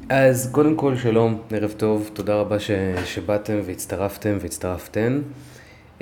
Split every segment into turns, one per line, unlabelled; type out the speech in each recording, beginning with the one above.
אז קודם כל שלום, ערב טוב, תודה רבה שבאתם והצטרפתן אמ,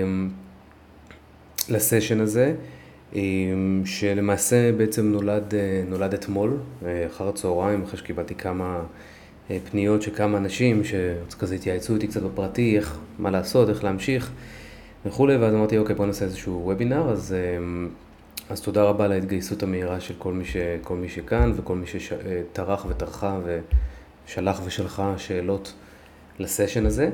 לסשן הזה, שלמעשה בעצם נולד אתמול, אחר הצהריים, אחרי שקיבלתי כמה פניות של כמה אנשים שכזה התייעצו איתי קצת בפרטי, מה לעשות, איך להמשיך וכולי, ואז אמרתי אוקיי, בוא נעשה איזשהו וובינר. אז תודה רבה על ההתגייסות המהירה של כל מי שכאן וכל מי שטרח וטרחה ושלח ושלחה שאלות לסשן הזה.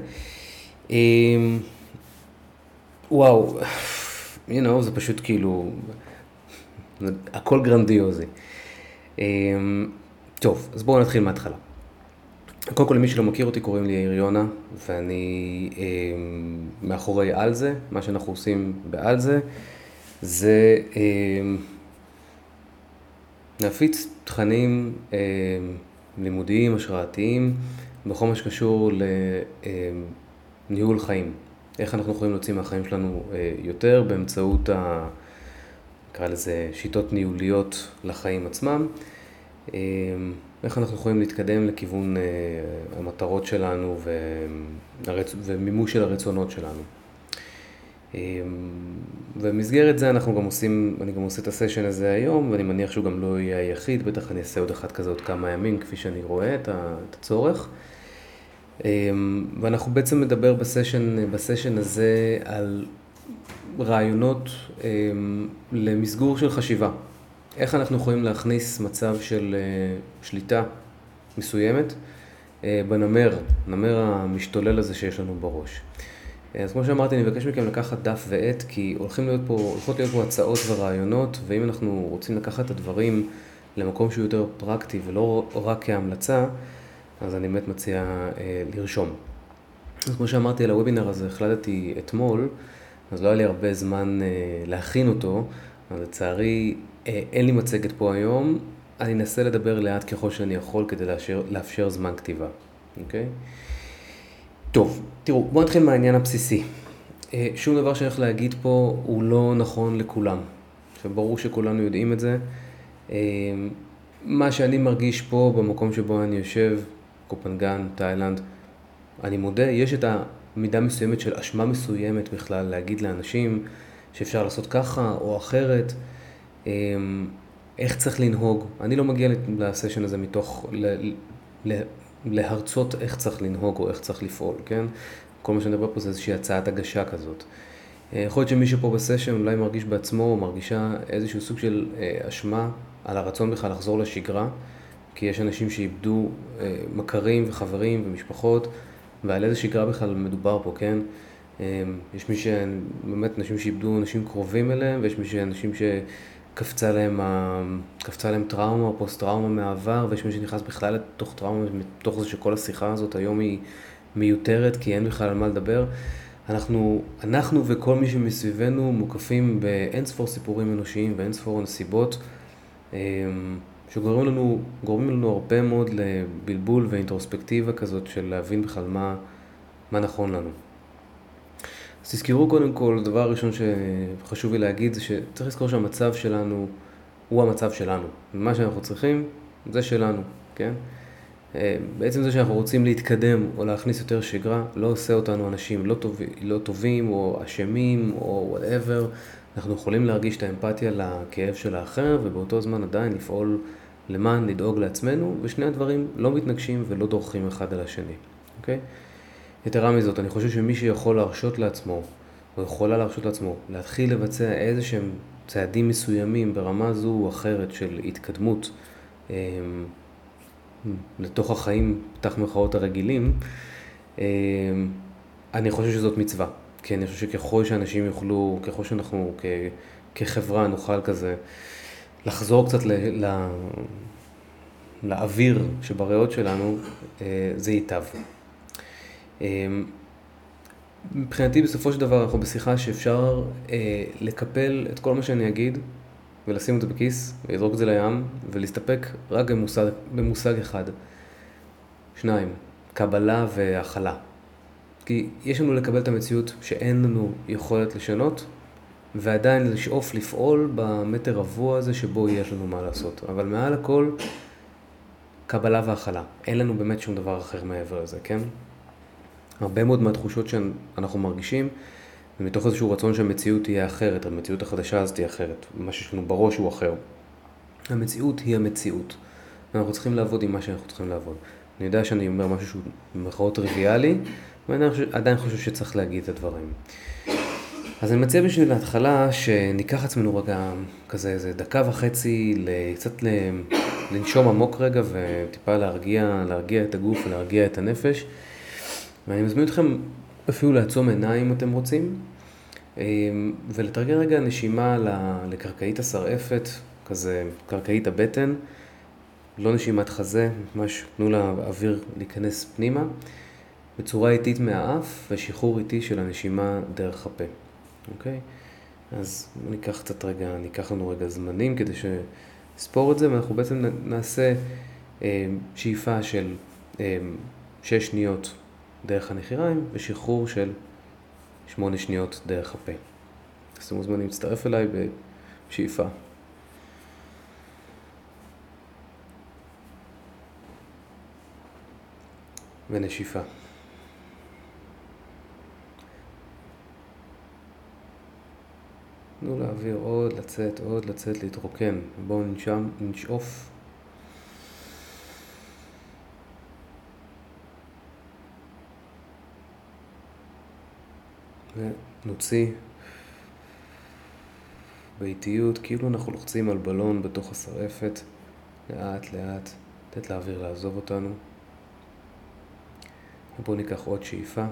וואו, זה פשוט כאילו, הכל גרנדיוזי. טוב, אז בואו נתחיל מההתחלה. קודם כל, למי שלא מכיר אותי, קוראים לי יאיר יונה, ואני מאחורי על זה. מה שאנחנו עושים בעל זה להפיץ תכנים לימודיים, השראתיים, בכל מה שקשור לניהול חיים. איך אנחנו יכולים להוציא מהחיים שלנו יותר באמצעות נקרא לזה שיטות ניהוליות לחיים עצמם. איך אנחנו יכולים להתקדם לכיוון המטרות שלנו ומימוש של הרצונות שלנו. ובמסגרת זה אני גם עושה את הסשן הזה היום, ואני מניח שהוא גם לא יהיה היחיד, בטח אני אעשה עוד אחד כזה עוד כמה ימים, כפי שאני רואה את הצורך. ואנחנו בעצם מדבר בסשן הזה על רעיונות למסגור של חשיבה. איך אנחנו יכולים להכניס מצב של שליטה מסוימת בנמר המשתולל הזה שיש לנו בראש. אז כמו שאמרתי, אני מבקש מכם לקחת דף ועט, כי הולכות להיות פה הצעות ורעיונות, ואם אנחנו רוצים לקחת את הדברים למקום שהוא יותר פרקטי ולא רק כהמלצה, אז אני באמת מציע לרשום. אז כמו שאמרתי על הוובינר הזה, החלטתי אתמול, אז לא היה לי הרבה זמן להכין אותו, אז לצערי אין לי מצגת פה היום, אני אנסה לדבר לאט ככל שאני יכול כדי לאפשר זמן כתיבה, אוקיי? טוב, תראו, בואו נתחיל מהעניין הבסיסי. שום דבר שאני הולך להגיד פה הוא לא נכון לכולם. עכשיו, ברור שכולנו יודעים את זה. מה שאני מרגיש פה במקום שבו אני יושב, קופנגן, תאילנד, אני מודה, יש את המידה מסוימת של אשמה מסוימת בכלל להגיד לאנשים שאפשר לעשות ככה או אחרת, איך צריך לנהוג. אני לא מגיע לסשן הזה מתוך להרצות איך צריך לנהוג או איך צריך לפעול, כן? כל מה שאני מדבר פה זה איזושהי הצעת הגשה כזאת. יכול להיות שמישהו פה בסשן אולי מרגיש בעצמו או מרגישה איזשהו סוג של אשמה על הרצון בכלל לחזור לשגרה, כי יש אנשים שאיבדו מכרים וחברים ומשפחות, ועל איזה שגרה בכלל מדובר פה, כן? יש באמת אנשים שאיבדו אנשים קרובים אליהם, ויש אנשים שקפצה להם טראומה או פוסט-טראומה מהעבר, ויש מי שנכנס בכלל לתוך טראומה, מתוך זה שכל השיחה הזאת היום היא מיותרת, כי אין בכלל על מה לדבר. אנחנו וכל מי שמסביבנו מוקפים באין ספור סיפורים אנושיים ואין ספור נסיבות, שגורמים לנו הרבה מאוד לבלבול ואינטרוספקטיבה כזאת של להבין בכלל מה נכון לנו. אז תזכרו קודם כל, הדבר הראשון שחשוב לי להגיד זה שצריך לזכור שהמצב שלנו הוא המצב שלנו. ומה שאנחנו צריכים זה שלנו, כן? בעצם זה שאנחנו רוצים להתקדם או להכניס יותר שגרה, לא עושה אותנו אנשים לא טובים או אשמים או whatever. אנחנו יכולים להרגיש את האמפתיה לכאב של האחר, ובאותו זמן עדיין לפעול למען לדאוג לעצמנו, ושני הדברים לא מתנגשים ולא דורכים אחד על השני, אוקיי? יתרה מזאת, אני חושב שמי שיכול להרשות לעצמו, או יכולה להרשות לעצמו, להתחיל לבצע איזה שהם צעדים מסוימים ברמה זו או אחרת של התקדמות לתוך החיים, תחת מחאות הרגילים, אני חושב שזאת מצווה. כי אני חושב שככל שאנשים יוכלו, ככל שאנחנו כחברה נוכל כזה לחזור קצת לאוויר שבריאות שלנו, זה ייטב. מבחינתי בסופו של דבר אנחנו בשיחה שאפשר לקפל את כל מה שאני אגיד ולשים את זה בכיס ולזרוק את זה לים ולהסתפק רק במושג אחד. 2, קבלה והכלה. כי יש לנו לקבל את המציאות שאין לנו יכולת לשנות, ועדיין לשאוף לפעול במטר רבוע הזה שבו יש לנו מה לעשות. אבל מעל הכל, קבלה והכלה. אין לנו באמת שום דבר אחר מעבר לזה, כן? הרבה מאוד מהתחושות שאנחנו מרגישים, ומתוך איזשהו רצון שהמציאות תהיה אחרת, המציאות החדשה אז תהיה אחרת, מה שיש לנו בראש הוא אחר. המציאות היא המציאות. ואנחנו צריכים לעבוד עם מה שאנחנו צריכים לעבוד. אני יודע שאני אומר משהו שהוא במרכאות טריוויאלי, ואני עדיין חושב שצריך להגיד את הדברים. אז אני מציע בשביל ההתחלה שניקח עצמנו רגע כזה איזה דקה וחצי, קצת לנשום עמוק רגע וטיפה להרגיע את הגוף ולהרגיע את הנפש. ואני מזמין אתכם אפילו לעצום עיניים אם אתם רוצים, ולתרגל רגע נשימה לקרקעית השרעפת, כזה קרקעית הבטן, לא נשימת חזה, ממש תנו לאוויר להיכנס פנימה, בצורה איטית מהאף ושחרור איטי של הנשימה דרך הפה. אוקיי? אז ניקח לנו רגע זמנים כדי שנספור את זה, ואנחנו בעצם נעשה שאיפה של 6 שניות דרך הנחיריים ושחרור של 8 שניות דרך הפה. אז אתם מוזמנים להצטרף אליי בשאיפה. ונשיפה. תנו לאוויר עוד לצאת, להתרוקן. בואו נשאוף. ונוציא באיטיות, כאילו אנחנו לוחצים על בלון בתוך השרעפת, לאט, לתת לאוויר לעזוב אותנו. ובואו ניקח עוד שאיפה.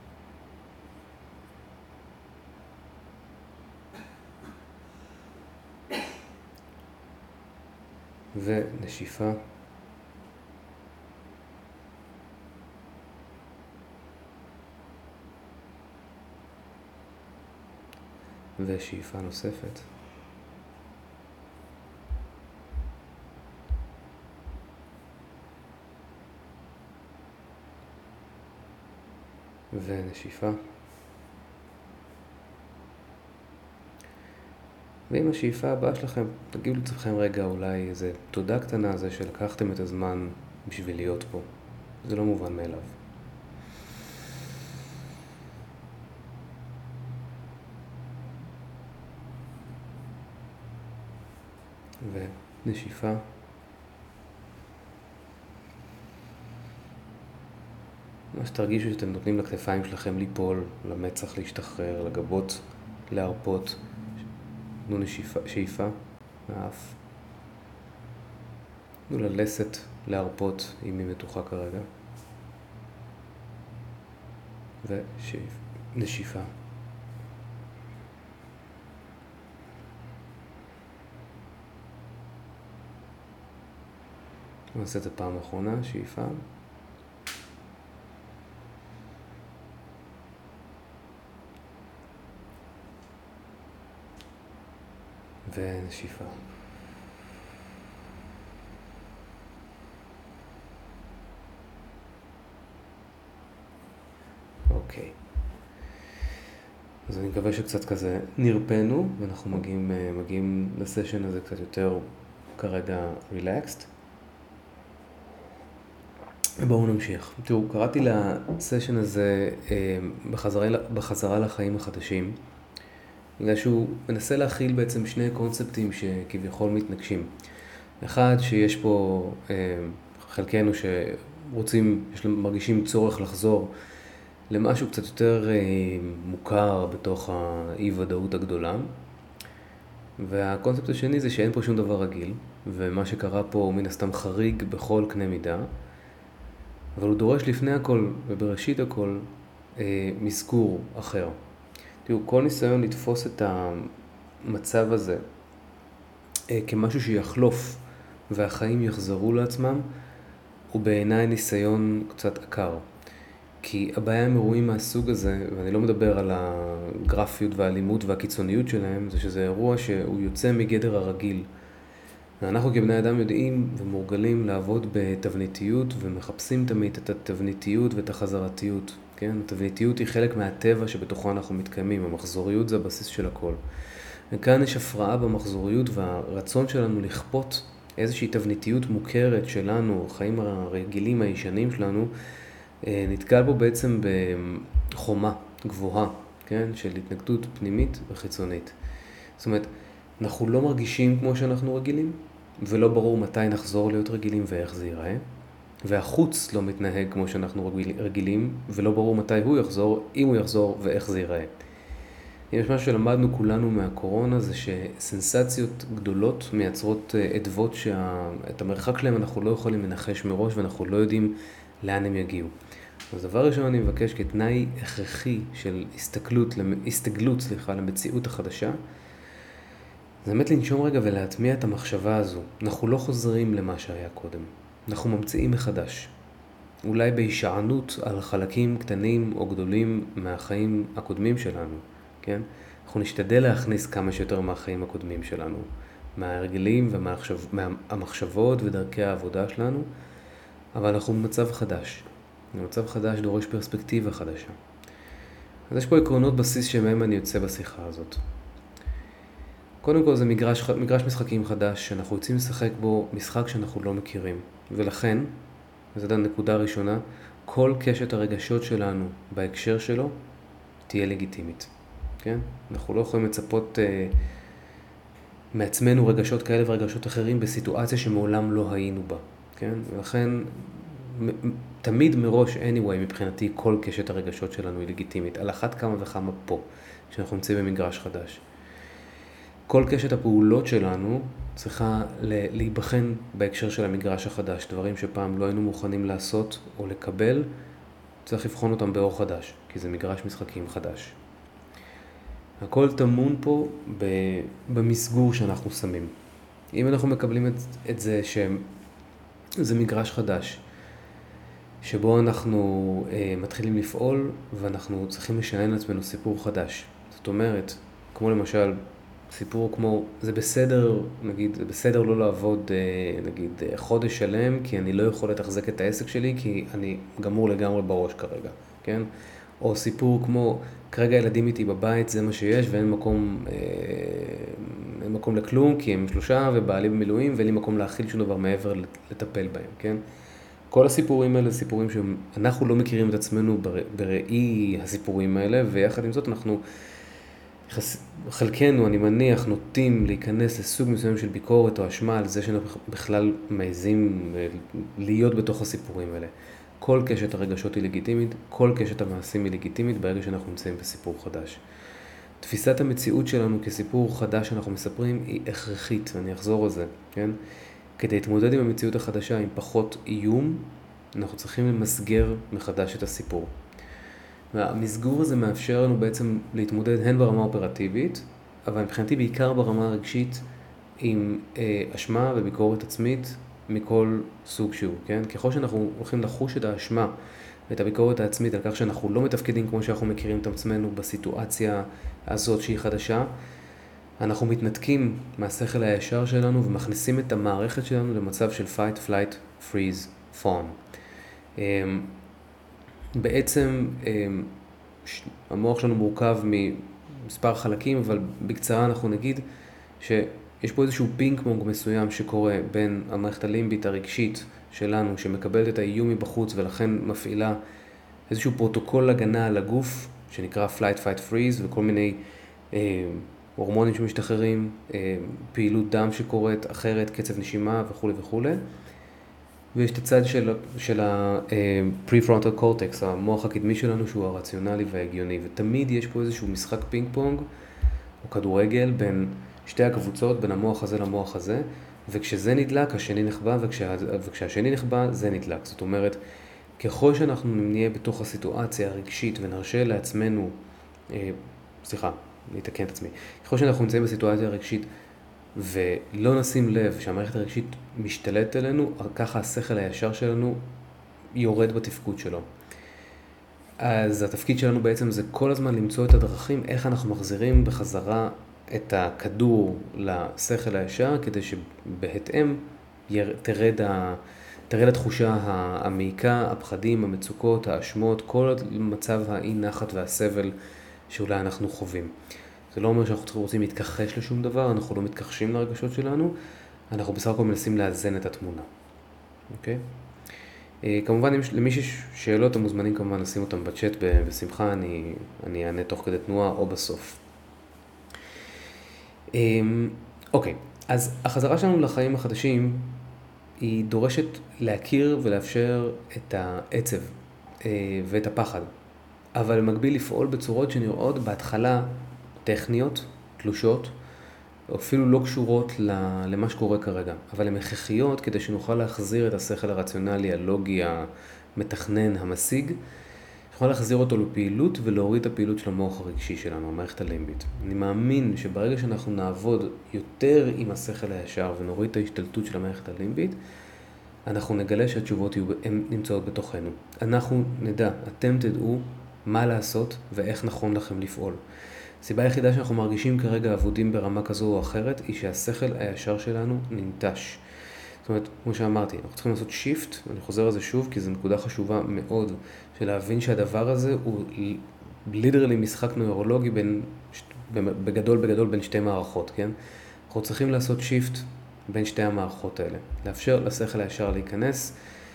ונשיפה. ושאיפה נוספת. ונשיפה. ועם השאיפה הבאה שלכם, תגידו לעצמכם רגע אולי איזה תודה קטנה זה שלקחתם את הזמן בשביל להיות פה. זה לא מובן מאליו. ונשיפה. מה שתרגישו שאתם נותנים לכתפיים שלכם ליפול, למצח להשתחרר, לגבות להרפות. תנו שאיפה מהאף. תנו ללסת להרפות אם היא מתוחה כרגע. ונשיפה. נעשה את הפעם האחרונה, שאיפה. ונשיפה. אוקיי. אז אני מקווה שקצת כזה נרפאנו, ואנחנו מגיעים לסשן הזה קצת יותר כרגע רילקסט. ובואו נמשיך. תראו, קראתי לסשן הזה בחזרה לחיים החדשים, בגלל שהוא מנסה להכיל בעצם שני קונספטים שכביכול מתנגשים. אחד, שיש פה חלקנו מרגישים צורך לחזור למשהו קצת יותר מוכר בתוך האי-ודאות הגדולה. והקונספט השני זה שאין פה שום דבר רגיל, ומה שקרה פה הוא מן הסתם חריג בכל קנה מידה, אבל הוא דורש לפני הכל ובראשית הכל מסגור אחר. תראו, כל ניסיון לתפוס את המצב הזה כמשהו שיחלוף והחיים יחזרו לעצמם, הוא בעיניי ניסיון קצת עקר. כי הבעיה עם אירועים מהסוג הזה, ואני לא מדבר על הגרפיות והאלימות והקיצוניות שלהם, זה שזה אירוע שהוא יוצא מגדר הרגיל. ואנחנו כבני אדם יודעים ומורגלים לעבוד בתבניתיות ומחפשים תמיד את התבניתיות ואת החזרתיות. כן? התבניתיות היא חלק מהטבע שבתוכו אנחנו מתקיימים, המחזוריות זה הבסיס של הכל. וכאן יש הפרעה במחזוריות והרצון שלנו לכפות איזושהי תבניתיות מוכרת שלנו, החיים הרגילים הישנים שלנו, נתקל בו בעצם בחומה גבוהה, כן? של התנגדות פנימית וחיצונית. זאת אומרת, אנחנו לא מרגישים כמו שאנחנו רגילים, ולא ברור מתי נחזור להיות רגילים ואיך זה ייראה. והחוץ לא מתנהג כמו שאנחנו רגילים, ולא ברור מתי הוא יחזור, אם הוא יחזור ואיך זה ייראה. יש משהו שלמדנו כולנו מהקורונה, זה שסנסציות גדולות מייצרות עדבות שאת המרחק שלהם אנחנו לא יכולים לנחש מראש, ואנחנו לא יודעים לאן הם יגיעו. אז דבר ראשון אני מבקש כתנאי הכרחי של הסתגלות למציאות החדשה, זה באמת לנשום רגע ולהטמיע את המחשבה הזו. אנחנו לא חוזרים למה שהיה קודם. אנחנו ממציאים מחדש. אולי בהישענות על חלקים קטנים או גדולים מהחיים הקודמים שלנו, כן? אנחנו נשתדל להכניס כמה שיותר מהחיים הקודמים שלנו, מההרגלים ומהמחשבות ודרכי העבודה שלנו, אבל אנחנו במצב חדש. במצב חדש דורש פרספקטיבה חדשה. אז יש פה עקרונות בסיס שמהם אני יוצא בשיחה הזאת. קודם כל זה מגרש משחקים חדש, שאנחנו רוצים לשחק בו משחק שאנחנו לא מכירים. ולכן, וזאת הנקודה הראשונה, כל קשת הרגשות שלנו בהקשר שלו תהיה לגיטימית. כן? אנחנו לא יכולים לצפות מעצמנו רגשות כאלה ורגשות אחרים בסיטואציה שמעולם לא היינו בה. כן? ולכן, תמיד מראש, anyway, מבחינתי, כל קשת הרגשות שלנו היא לגיטימית. על אחת כמה וכמה פה, כשאנחנו נמצאים במגרש חדש. כל קשת הפעולות שלנו צריכה להיבחן בהקשר של המגרש החדש. דברים שפעם לא היינו מוכנים לעשות או לקבל, צריך לבחון אותם באור חדש, כי זה מגרש משחקים חדש. הכל טמון פה במסגור שאנחנו שמים. אם אנחנו מקבלים את זה שזה מגרש חדש, שבו אנחנו מתחילים לפעול ואנחנו צריכים לשנן לעצמנו סיפור חדש. זאת אומרת, כמו למשל, סיפור כמו, זה בסדר, נגיד, זה בסדר לא לעבוד, נגיד, חודש שלם, כי אני לא יכול לתחזק את העסק שלי, כי אני גמור לגמרי בראש כרגע, כן? או סיפור כמו, כרגע ילדים איתי בבית, זה מה שיש, ואין מקום לכלום, כי הם 3 ובעלי במילואים, ואין לי מקום להכיל שום דבר מעבר לטפל בהם, כן? כל הסיפורים האלה, סיפורים שאנחנו לא מכירים את עצמנו בראי הסיפורים האלה, ויחד עם זאת אנחנו, חלקנו, אני מניח, נוטים להיכנס לסוג מסוים של ביקורת או אשמה על זה שאנחנו בכלל מעזים להיות בתוך הסיפורים האלה. כל קשת הרגשות היא לגיטימית, כל קשת המעשים היא לגיטימית ברגע שאנחנו נמצאים בסיפור חדש. תפיסת המציאות שלנו כסיפור חדש שאנחנו מספרים היא הכרחית, ואני אחזור על זה, כן? כדי להתמודד עם המציאות החדשה עם פחות איום, אנחנו צריכים למסגר מחדש את הסיפור. והמסגור הזה מאפשר לנו בעצם להתמודד הן ברמה האופרטיבית, אבל מבחינתי בעיקר ברמה הרגשית עם אשמה וביקורת עצמית מכל סוג שהוא, כן? ככל שאנחנו הולכים לחוש את האשמה ואת הביקורת העצמית על כך שאנחנו לא מתפקדים כמו שאנחנו מכירים את עצמנו בסיטואציה הזאת שהיא חדשה, אנחנו מתנתקים מהשכל הישר שלנו ומכניסים את המערכת שלנו למצב של fight, flight, freeze, fawn. בעצם המוח שלנו מורכב ממספר חלקים, אבל בקצרה אנחנו נגיד שיש פה איזשהו פינג פונג מסוים שקורה בין המערכת הלימבית הרגשית שלנו שמקבלת את האיום מבחוץ ולכן מפעילה איזשהו פרוטוקול הגנה על הגוף שנקרא flight, fight, freeze וכל מיני הורמונים שמשתחררים, פעילות דם שקורית אחרת, קצב נשימה וכו' וכו'. ויש את הצד של ה-prefrontal cortex, המוח הקדמי שלנו שהוא הרציונלי וההגיוני, ותמיד יש פה איזשהו משחק פינג פונג או כדורגל בין שתי הקבוצות, בין המוח הזה למוח הזה, וכשזה נדלק, השני נחבא, וכשהשני נחבא, זה נדלק. זאת אומרת, ככל שאנחנו נהיה בתוך הסיטואציה הרגשית ונרשה לעצמנו, להתקן את עצמי, ככל שאנחנו נמצאים בסיטואציה הרגשית ולא נשים לב שהמערכת הרגשית משתלטת עלינו, ככה השכל הישר שלנו יורד בתפקוד שלו. אז התפקיד שלנו בעצם זה כל הזמן למצוא את הדרכים, איך אנחנו מחזירים בחזרה את הכדור לשכל הישר, כדי שבהתאם תרד התחושה המעיקה, הפחדים, המצוקות, האשמות, כל מצב האי נחת והסבל שאולי אנחנו חווים. זה לא אומר שאנחנו רוצים להתכחש לשום דבר, אנחנו לא מתכחשים לרגשות שלנו, אנחנו בסך הכל מנסים לאזן את התמונה. אוקיי? כמובן, למי שיש שאלות, המוזמנים כמובן נשים אותם בצ'אט בשמחה, אני אענה תוך כדי תנועה או בסוף. אוקיי, אז החזרה שלנו לחיים החדשים היא דורשת להכיר ולאפשר את העצב ואת הפחד, אבל במקביל לפעול בצורות שנראות בהתחלה טכניות, תלושות, או אפילו לא קשורות למה שקורה כרגע, אבל הן הכרחיות כדי שנוכל להחזיר את השכל הרציונלי, הלוגי, המתכנן, המשיג, נוכל להחזיר אותו לפעילות ולהוריד את הפעילות של המוח הרגשי שלנו, המערכת הלימבית. אני מאמין שברגע שאנחנו נעבוד יותר עם השכל הישר ונוריד את ההשתלטות של המערכת הלימבית, אנחנו נגלה שהתשובות נמצאות בתוכנו. אנחנו נדע, אתם תדעו מה לעשות ואיך נכון לכם לפעול. הסיבה היחידה שאנחנו מרגישים כרגע עבודים ברמה כזו או אחרת, היא שהשכל הישר שלנו ננטש. זאת אומרת, כמו שאמרתי, אנחנו צריכים לעשות שיפט, אני חוזר על זה שוב, כי זו נקודה חשובה מאוד, של להבין שהדבר הזה הוא ליטרלי משחק נוירולוגי בגדול בין שתי מערכות, כן? אנחנו צריכים לעשות שיפט בין שתי המערכות האלה, לאפשר לשכל הישר להיכנס,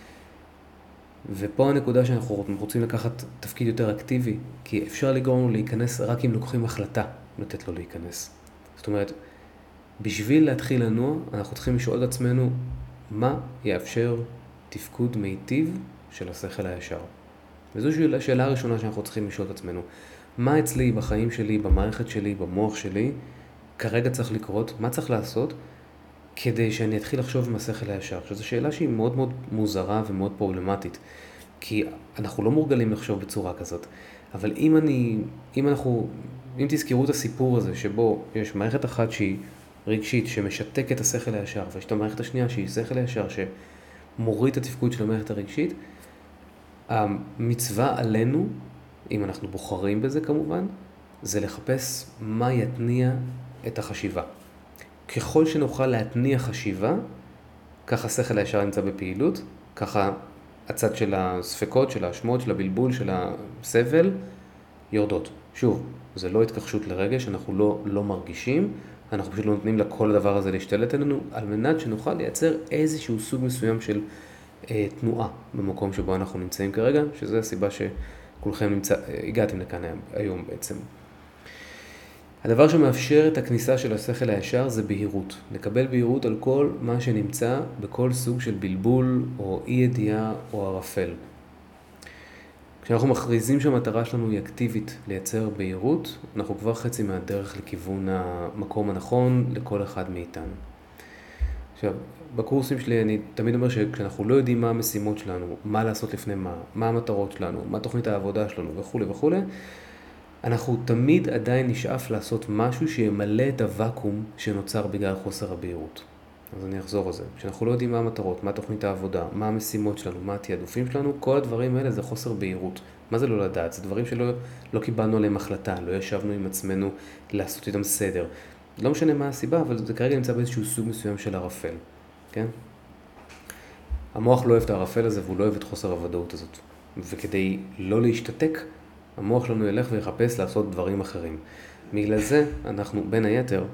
ופה הנקודה שאנחנו רוצים לקחת תפקיד יותר אקטיבי, כי אפשר לגרום לו להיכנס רק אם לוקחים החלטה לתת לו להיכנס. זאת אומרת, בשביל להתחיל לנוע, אנחנו צריכים לשאול את עצמנו מה יאפשר תפקוד מיטיב של השכל הישר. וזו השאלה הראשונה שאנחנו צריכים לשאול את עצמנו. מה אצלי, בחיים שלי, במערכת שלי, במוח שלי, כרגע צריך לקרות, מה צריך לעשות, כדי שאני אתחיל לחשוב עם השכל הישר. שזו שאלה שהיא מאוד מאוד מוזרה ומאוד פרובלמטית, כי אנחנו לא מורגלים לחשוב בצורה כזאת. אבל אם תזכרו את הסיפור הזה, שבו יש מערכת אחת שהיא רגשית, שמשתק את השכל הישר, ויש את המערכת השנייה שהיא שכל הישר, שמוריד את התפקוד של המערכת הרגשית, המצווה עלינו, אם אנחנו בוחרים בזה כמובן, זה לחפש מה יתניע את החשיבה. ככל שנוכל להתניע חשיבה, ככה השכל הישר נמצא בפעילות, ככה הצד של הספקות, של האשמות, של הבלבול, של הסבל, יורדות. שוב, זה לא התכחשות לרגש, אנחנו לא מרגישים, אנחנו פשוט לא נותנים לכל הדבר הזה להשתלט עלינו, על מנת שנוכל לייצר איזשהו סוג מסוים של תנועה במקום שבו אנחנו נמצאים כרגע, שזו הסיבה שכולכם הגעתם לכאן היום בעצם. הדבר שמאפשר את הכניסה של השכל הישר זה בהירות. לקבל בהירות על כל מה שנמצא בכל סוג של בלבול או אי ידיעה או ערפל. כשאנחנו מכריזים שהמטרה שלנו היא אקטיבית לייצר בהירות, אנחנו כבר חצי מהדרך לכיוון המקום הנכון לכל אחד מאיתנו. עכשיו, בקורסים שלי אני תמיד אומר שכשאנחנו לא יודעים מה המשימות שלנו, מה לעשות לפני מה המטרות שלנו, מה תוכנית העבודה שלנו וכו' וכו', אנחנו תמיד עדיין נשאף לעשות משהו שימלא את הוואקום שנוצר בגלל חוסר הבהירות. אז אני אחזור על זה. כשאנחנו לא יודעים מה המטרות, מה תוכנית העבודה, מה המשימות שלנו, מה התיעדופים שלנו, כל הדברים האלה זה חוסר בהירות. מה זה לא לדעת? זה דברים שלא קיבלנו עליהם החלטה, לא ישבנו עם עצמנו לעשות איתם סדר. לא משנה מה הסיבה, אבל זה כרגע נמצא באיזשהו סוג מסוים של ערפל. כן? המוח לא אוהב את הערפל הזה והוא לא אוהב את חוסר הוודאות הזאת. וכדי לא להשתתק, המוח שלנו ילך ויחפש לעשות דברים אחרים. בגלל זה אנחנו בין היתר,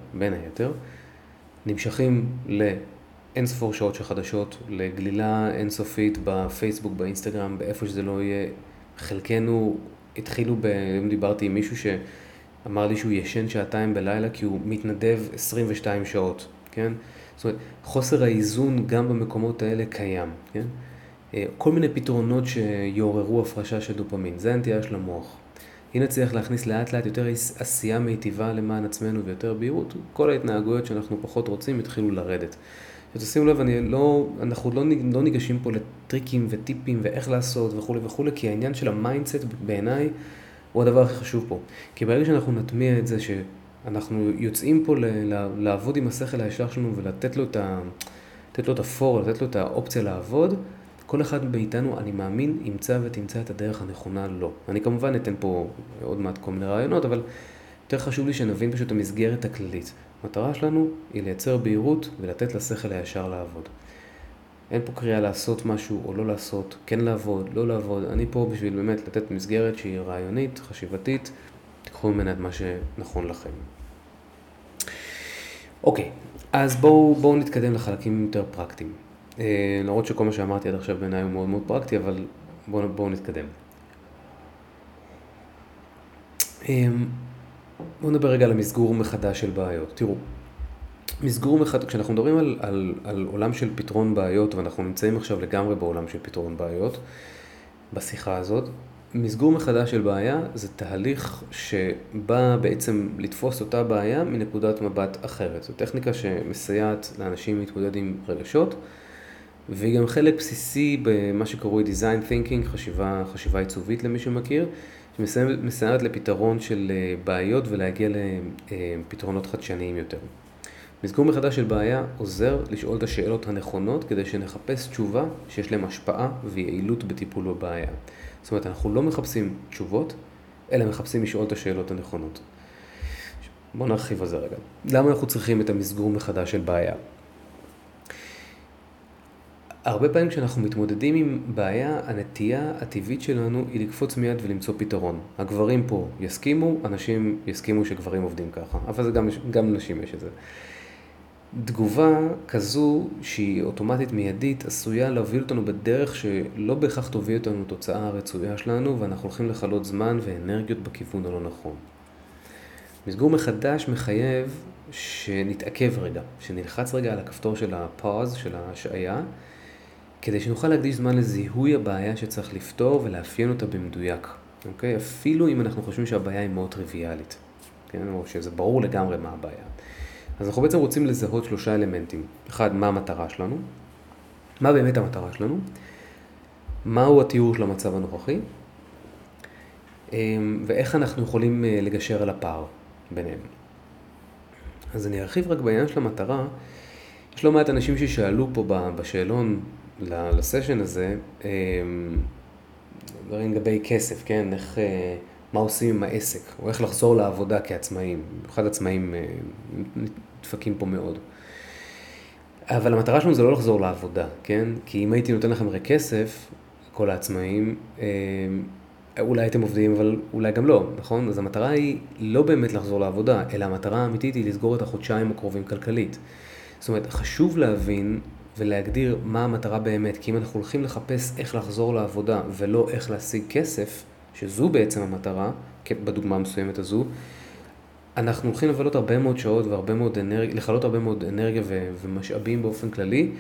נמשכים לאינספור שעות של חדשות, לגלילה אינסופית בפייסבוק, באינסטגרם, באיפה שזה לא יהיה. חלקנו התחילו דיברתי עם מישהו שאמר לי שהוא ישן 2 בלילה כי הוא מתנדב 22 שעות, כן? זאת אומרת, חוסר האיזון גם במקומות האלה קיים, כן? כל מיני פתרונות שיעוררו הפרשה של דופמין, זה הנטייה של המוח. אם נצליח להכניס לאט לאט יותר עשייה מיטיבה למען עצמנו ויותר בהירות, כל ההתנהגויות שאנחנו פחות רוצים התחילו לרדת. שתשימו לב, אנחנו לא ניגשים פה לטריקים וטיפים ואיך לעשות וכו' וכו', כי העניין של המיינדסט בעיניי הוא הדבר הכי חשוב פה. כי ברגע שאנחנו נטמיע את זה שאנחנו יוצאים פה לעבוד עם השכל הישר שלנו ולתת לו את הפור, לתת לו את האופציה לעבוד, כל אחד מאיתנו, אני מאמין, ימצא ותמצא את הדרך הנכונה לו. אני כמובן אתן פה עוד מעט כל מיני רעיונות, אבל יותר חשוב לי שנבין פשוט את המסגרת הכללית. המטרה שלנו היא לייצר בהירות ולתת לשכל הישר לעבוד. אין פה קריאה לעשות משהו או לא לעשות, כן לעבוד, לא לעבוד. אני פה בשביל באמת לתת מסגרת שהיא רעיונית, חשיבתית, תקחו ממנה את מה שנכון לכם. אוקיי, אז בואו נתקדם לחלקים יותר פרקטיים. למרות שכל מה שאמרתי עד עכשיו בעיניי הוא מאוד מאוד פרקטי, אבל בואו נתקדם. בואו נדבר רגע על המסגור מחדש של בעיות. תראו, מסגור מחדש, כשאנחנו מדברים על עולם של פתרון בעיות, ואנחנו נמצאים עכשיו לגמרי בעולם של פתרון בעיות, בשיחה הזאת, מסגור מחדש של בעיה זה תהליך שבא בעצם לתפוס אותה בעיה מנקודת מבט אחרת. זו טכניקה שמסייעת לאנשים להתמודד עם רגשות, והיא גם חלק בסיסי במה שקרוי design thinking, חשיבה עיצובית למי שמכיר, שמסייעת לפתרון של בעיות ולהגיע לפתרונות חדשניים יותר. מסגור מחדש של בעיה עוזר לשאול את השאלות הנכונות כדי שנחפש תשובה שיש להם השפעה ויעילות בטיפול בבעיה. זאת אומרת, אנחנו לא מחפשים תשובות, אלא מחפשים לשאול את השאלות הנכונות. בואו נרחיב על זה רגע. למה אנחנו צריכים את המסגור מחדש של בעיה? הרבה פעמים כשאנחנו מתמודדים עם בעיה, הנטייה הטבעית שלנו היא לקפוץ מיד ולמצוא פתרון. הגברים פה יסכימו, אנשים יסכימו שגברים עובדים ככה, אבל זה גם נשים יש את זה. תגובה כזו שהיא אוטומטית מיידית עשויה להוביל אותנו בדרך שלא בהכרח תוביל אותנו תוצאה הרצויה שלנו, ואנחנו הולכים לחלות זמן ואנרגיות בכיוון הלא נכון. מסגור מחדש מחייב שנתעכב רגע, שנלחץ רגע על הכפתור של הפאוז, של ההשעיה, כדי שנוכל להקדיש זמן לזיהוי הבעיה שצריך לפתור ולאפיין אותה במדויק. אוקיי? אפילו אם אנחנו חושבים שהבעיה היא מאוד טריוויאלית. כן? או שזה ברור לגמרי מה הבעיה. אז אנחנו בעצם רוצים לזהות 3 אלמנטים. אחד, מה המטרה שלנו? מה באמת המטרה שלנו? מהו התיאור של המצב הנוכחי? ואיך אנחנו יכולים לגשר על הפער ביניהם. אז אני ארחיב רק בעניין של המטרה. יש לא מעט אנשים ששאלו פה בשאלון לסשן הזה, דברים לגבי כסף, כן? מה עושים עם העסק, או איך לחזור לעבודה כעצמאים. במיוחד עצמאים נדפקים פה מאוד. אבל המטרה שלנו זה לא לחזור לעבודה, כן? כי אם הייתי נותן לכם רק כסף, כל העצמאים, אולי הייתם עובדים, אבל אולי גם לא, נכון? אז המטרה היא לא באמת לחזור לעבודה, אלא המטרה האמיתית היא לסגור את החודשיים הקרובים כלכלית. זאת אומרת, חשוב להבין ולהגדיר מה המטרה באמת, כי אם אנחנו הולכים לחפש איך לחזור לעבודה ולא איך להשיג כסף, שזו בעצם המטרה, בדוגמה המסוימת הזו, אנחנו הולכים לבלות הרבה מאוד שעות והרבה מאוד אנרגיה, לחלות הרבה מאוד אנרגיה ומשאבים באופן כללי,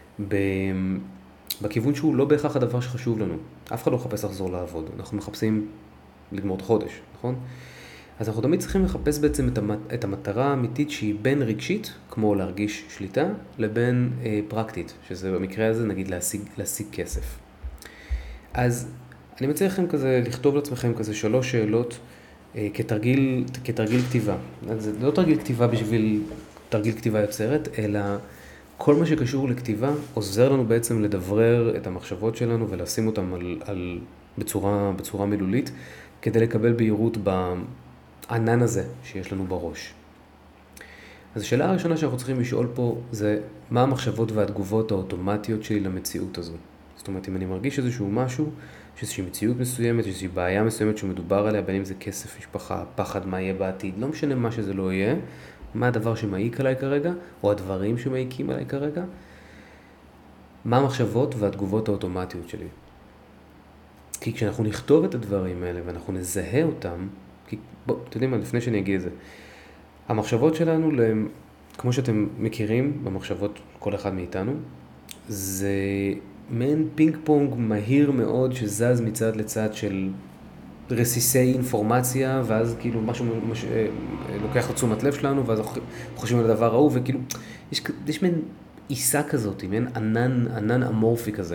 בכיוון שהוא לא בהכרח הדבר שחשוב לנו. אף אחד לא מחפש לחזור לעבוד, אנחנו מחפשים לגמור את חודש, נכון? אז אנחנו תמיד צריכים לחפש בעצם את המטרה האמיתית שהיא בין רגשית, כמו להרגיש שליטה, לבין פרקטית, שזה במקרה הזה נגיד להשיג כסף. אז אני מציע לכם כזה, לכתוב לעצמכם כזה 3 שאלות כתרגיל כתיבה. זה לא תרגיל כתיבה בשביל תרגיל כתיבה יוצרת, אלא כל מה שקשור לכתיבה עוזר לנו בעצם לדברר את המחשבות שלנו ולשים אותם בצורה מילולית, כדי לקבל בהירות בענן הזה שיש לנו בראש. אז השאלה הראשונה שאנחנו צריכים לשאול פה זה מה המחשבות והתגובות האוטומטיות שלי למציאות הזו. זאת אומרת, אם אני מרגיש איזשהו משהו, שאיזושהי מציאות מסוימת, איזושהי בעיה מסוימת שמדובר עליה, בין אם זה כסף, משפחה, פחד, מה יהיה בעתיד, לא משנה מה שזה לא יהיה, מה הדבר שמעיק עליי כרגע, או הדברים שמעיקים עליי כרגע, מה המחשבות והתגובות האוטומטיות שלי. כי כשאנחנו נכתוב את הדברים האלה ואנחנו נזהה אותם, כי בואו, אתם יודעים מה, לפני שאני אגיד את זה, המחשבות שלנו, כמו שאתם מכירים במחשבות כל אחד מאיתנו, זה מעין פינג פונג מהיר מאוד שזז מצד לצד של רסיסי אינפורמציה, ואז כאילו משהו לוקח לתשומת לב שלנו, ואז חושבים על הדבר ההוא, וכאילו יש מעין עיסה כזאת, מעין ענן אמורפי כזה.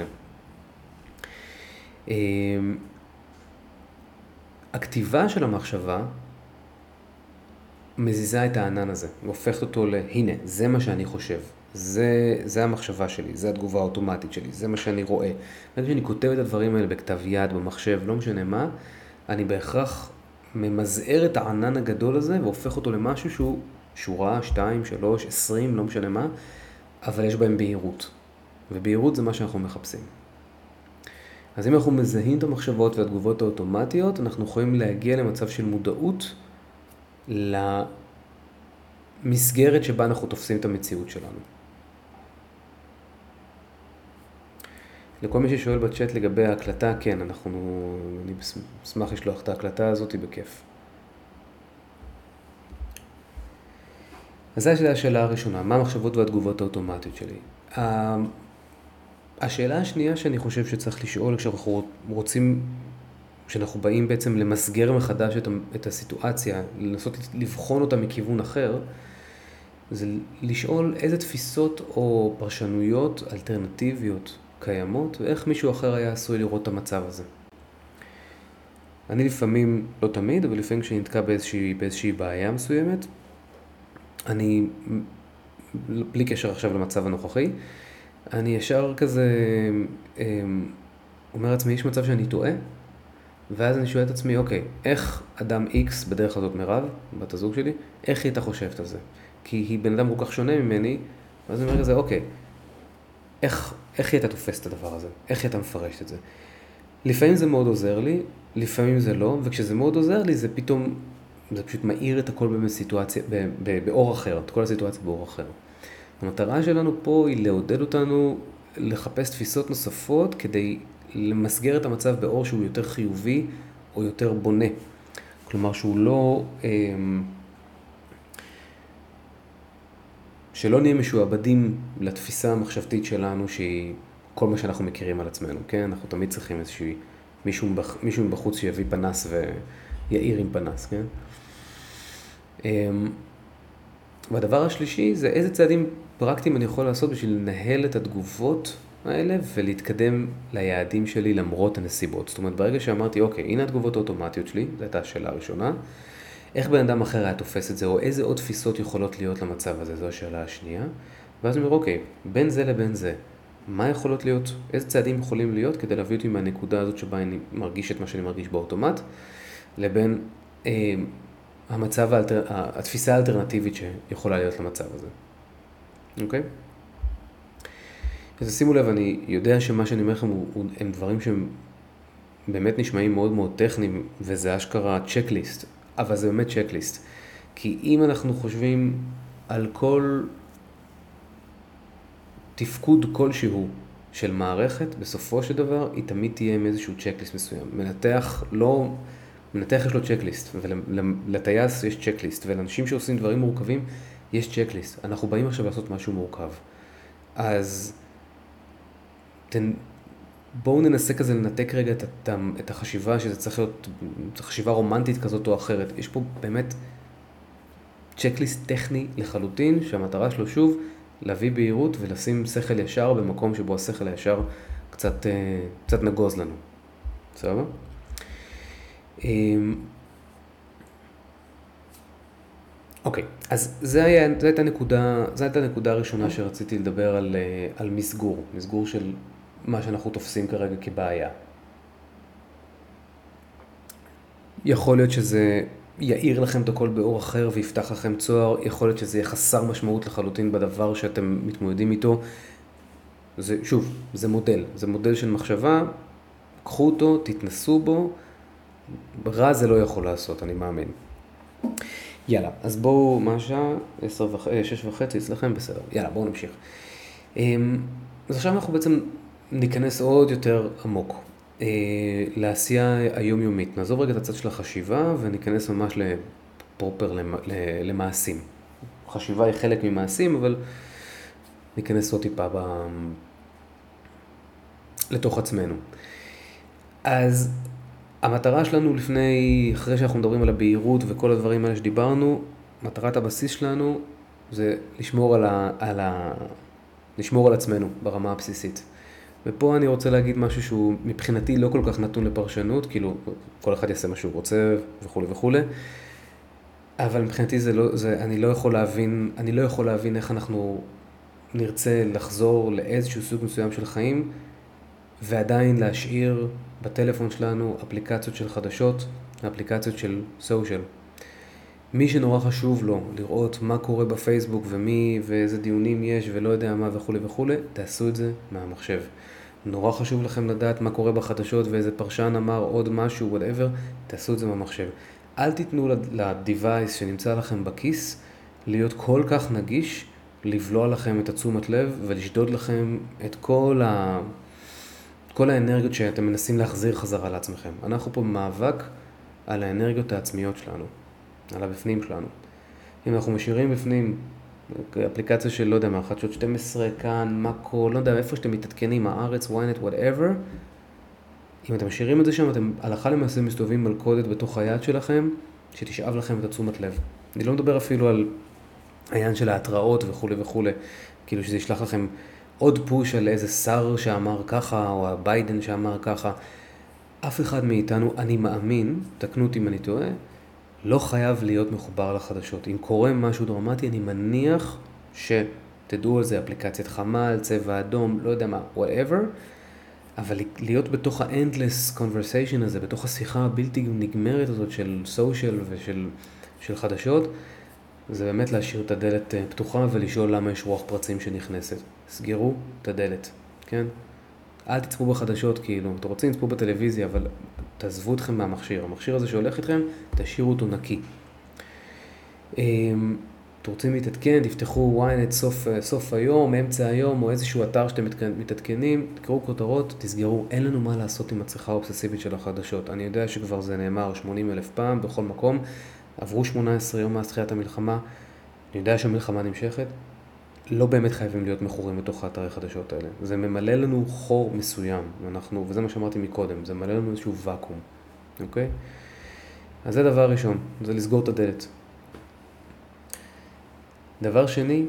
הכתיבה של המחשבה מזיזה את הענן הזה, והופכת אותו הנה, זה מה שאני חושב. זה המחשבה שלי, זה התגובה האוטומטית שלי, זה מה שאני רואה. ברגע שאני כותב את הדברים האלה בכתב יד, במחשב, לא משנה מה, אני בהכרח ממזער את הענן הגדול הזה, והופך אותו למשהו שהוא שורה, 2, 3, 20, לא משנה מה, אבל יש בהם בהירות. ובהירות זה מה שאנחנו מחפשים. אז אם אנחנו מזהים את המחשבות והתגובות האוטומטיות, אנחנו יכולים להגיע למצב של מודעות המסגרת שבה אנחנו תופסים את המציאות שלנו. לכל מי ששואל בצ'אט לגבי ההקלטה, כן, אני אשמח לשלוח את ההקלטה הזאת בכיף. אז זו השאלה הראשונה, מה המחשבות והתגובות האוטומטיות שלי? השאלה השנייה שאני חושב שצריך לשאול כשאנחנו באים בעצם למסגר מחדש את הסיטואציה, לנסות לבחון אותה מכיוון אחר, זה לשאול איזה תפיסות או פרשנויות אלטרנטיביות קיימות, ואיך מישהו אחר היה עשוי לראות את המצב הזה. אני לפעמים, לא תמיד, אבל לפעמים כשאני נתקע באיזושהי בעיה מסוימת, אני, בלי קשר עכשיו למצב הנוכחי, אני ישר כזה אומר לעצמי, יש מצב שאני טועה, ואז אני שואל את עצמי, אוקיי, איך אדם X, בדרך הזאת מירב, בת הזוג שלי, איך היא הייתה חושבת על זה? כי היא בן אדם כל כך שונה ממני, ואז אני אומר לזה, אוקיי, איך היא הייתה תופסת את הדבר הזה? איך היא הייתה מפרשת את זה? לפעמים זה מאוד עוזר לי, לפעמים זה לא, וכשזה מאוד עוזר לי, זה פשוט מאיר את הכל בסיטואציה, באור אחר, את כל הסיטואציה באור אחר. המטרה שלנו פה היא לעודד אותנו לחפש תפיסות נוספות כדי למסגר את המצב באור שהוא יותר חיובי או יותר בונה. כלומר שהוא לא, שלא נהיה משועבדים לתפיסה המחשבתית שלנו שהיא כל מה שאנחנו מכירים על עצמנו, כן? אנחנו תמיד צריכים מישהו מבחוץ שיביא פנס ויעיר עם פנס, כן? והדבר השלישי זה איזה צעדים פרקטיים אני יכול לעשות בשביל לנהל את התגובות האלה ולהתקדם ליעדים שלי למרות הנסיבות. זאת אומרת, ברגע שאמרתי, אוקיי, הנה התגובות האוטומטיות שלי, זו הייתה השאלה הראשונה, איך בן אדם אחר היה תופס את זה, או איזה עוד תפיסות יכולות להיות למצב הזה, זו השאלה השנייה. ואז אני אומר, אוקיי, בין זה לבין זה, מה יכולות להיות, איזה צעדים יכולים להיות כדי להביא אותי מהנקודה הזאת שבה אני מרגיש את מה שאני מרגיש באוטומט, לבין התפיסה האלטרנטיבית שיכולה להיות למצב הזה. אוקיי? אז שימו לב, אני יודע שמה שאני אומר לכם הם דברים שהם באמת נשמעים מאוד מאוד טכניים, וזה אשכרה צ'קליסט, אבל זה באמת צ'קליסט. כי אם אנחנו חושבים על כל תפקוד כלשהו של מערכת, בסופו של דבר היא תמיד תהיה עם איזשהו צ'קליסט מסוים. מנתח יש לו צ'קליסט, ולטייס יש צ'קליסט, ולאנשים שעושים דברים מורכבים יש צ'קליסט. אנחנו באים עכשיו לעשות משהו מורכב. אז בואו ננסה כזה לנתק רגע את החשיבה שזה צריך להיות חשיבה רומנטית כזאת או אחרת. יש פה באמת צ'קליסט טכני לחלוטין, שהמטרה שלו שוב להביא בהירות ולשים שכל ישר במקום שבו השכל הישר קצת נגוז לנו. בסדר? אוקיי, אז זו הייתה הנקודה הראשונה שרציתי לדבר על מסגור של מה שאנחנו תופסים כרגע כבעיה. יכול להיות שזה יאיר לכם את הכל באור אחר ויפתח לכם צוהר, יכול להיות שזה יהיה חסר משמעות לחלוטין בדבר שאתם מתמודדים איתו. זה מודל של מחשבה, קחו אותו, תתנסו בו, רע זה לא יכול לעשות, אני מאמין. יאללה, אז בואו, מה השעה? 6:30 אצלכם, בסדר. יאללה, בואו נמשיך. אז עכשיו אנחנו בעצם ניכנס עוד יותר עמוק לעשייה היומיומית. נעזוב רגע את הצד של החשיבה וניכנס ממש למעשים. חשיבה היא חלק ממעשים, אבל ניכנס עוד טיפה לתוך עצמנו. אז המטרה שלנו אחרי שאנחנו מדברים על הבהירות וכל הדברים האלה שדיברנו, מטרת הבסיס שלנו זה לשמור על עצמנו ברמה הבסיסית. ופה אני רוצה להגיד משהו שהוא מבחינתי לא כל כך נתון לפרשנות, כאילו כל אחד יעשה מה שהוא רוצה וכו' וכו'. אבל מבחינתי אני לא יכול להבין איך אנחנו נרצה לחזור לאיזשהו סוג מסוים של חיים, ועדיין להשאיר בטלפון שלנו אפליקציות של חדשות, אפליקציות של סושיאל. מי שנורא חשוב לו לראות מה קורה בפייסבוק ואיזה דיונים יש ולא יודע מה וכו' וכו', תעשו את זה מהמחשב. נורא חשוב לכם לדעת מה קורה בחדשות ואיזה פרשן אמר עוד משהו, whatever, תעשו את זה מהמחשב. אל תיתנו לדיווייס שנמצא לכם בכיס להיות כל כך נגיש, לבלוע לכם את התשומת לב ולשדוד לכם את כל האנרגיות שאתם מנסים להחזיר חזרה לעצמכם. אנחנו פה במאבק על האנרגיות העצמיות שלנו, על הבפנים שלנו. אם אנחנו משאירים בפנים אפליקציה של, לא יודע מה, חדשות 12, כאן, מקו, לא יודע, איפה שאתם מתעדכנים, הארץ, ynet, whatever, אם אתם משאירים את זה שם, אתם הלכה למעשה מסתובבים מלכודת בתוך היד שלכם, שתשאב לכם את התשומת לב. אני לא מדבר אפילו על העניין של ההתראות וכו' וכו', כאילו שזה ישלח לכם עוד פוש על איזה שר שאמר ככה, או הביידן שאמר ככה. אף אחד מאיתנו, אני מאמין, תקנו אותי אם אני טועה, לא חייב להיות מחובר לחדשות. אם קורה משהו דרמטי, אני מניח שתדעו על זה, אפליקציית חמ"ל, צבע אדום, לא יודע מה, whatever, אבל להיות בתוך ה-endless conversation הזה, בתוך השיחה הבלתי נגמרת הזאת של social ושל חדשות, זה באמת להשאיר את הדלת פתוחה ולשאול למה יש רוח פרצים שנכנסת. סגרו את הדלת, כן? אל תצפו בחדשות כאילו, אתם רוצים לצפו בטלוויזיה, אבל תעזבו אתכם מהמכשיר. המכשיר הזה שהולך איתכם, תשאירו אותו נקי. אתם רוצים להתעדכן, תפתחו ynet סוף היום, אמצע היום, או איזשהו אתר שאתם מתעדכנים, תקראו כותרות, תסגרו. אין לנו מה לעשות עם הצריכה האובססיבית של החדשות. אני יודע שכבר זה נאמר 80,000 פעם בכל מקום. עברו 18 יום מאז תחילת המלחמה. אני יודע שהמלחמה נמשכת. לא באמת חייבים להיות מכורים בתוך האתרי חדשות האלה. זה ממלא לנו חור מסוים, וזה מה שאמרתי מקודם, זה ממלא לנו איזשהו ואקום, אוקיי? אז זה דבר ראשון, זה לסגור את הדלת. דבר שני,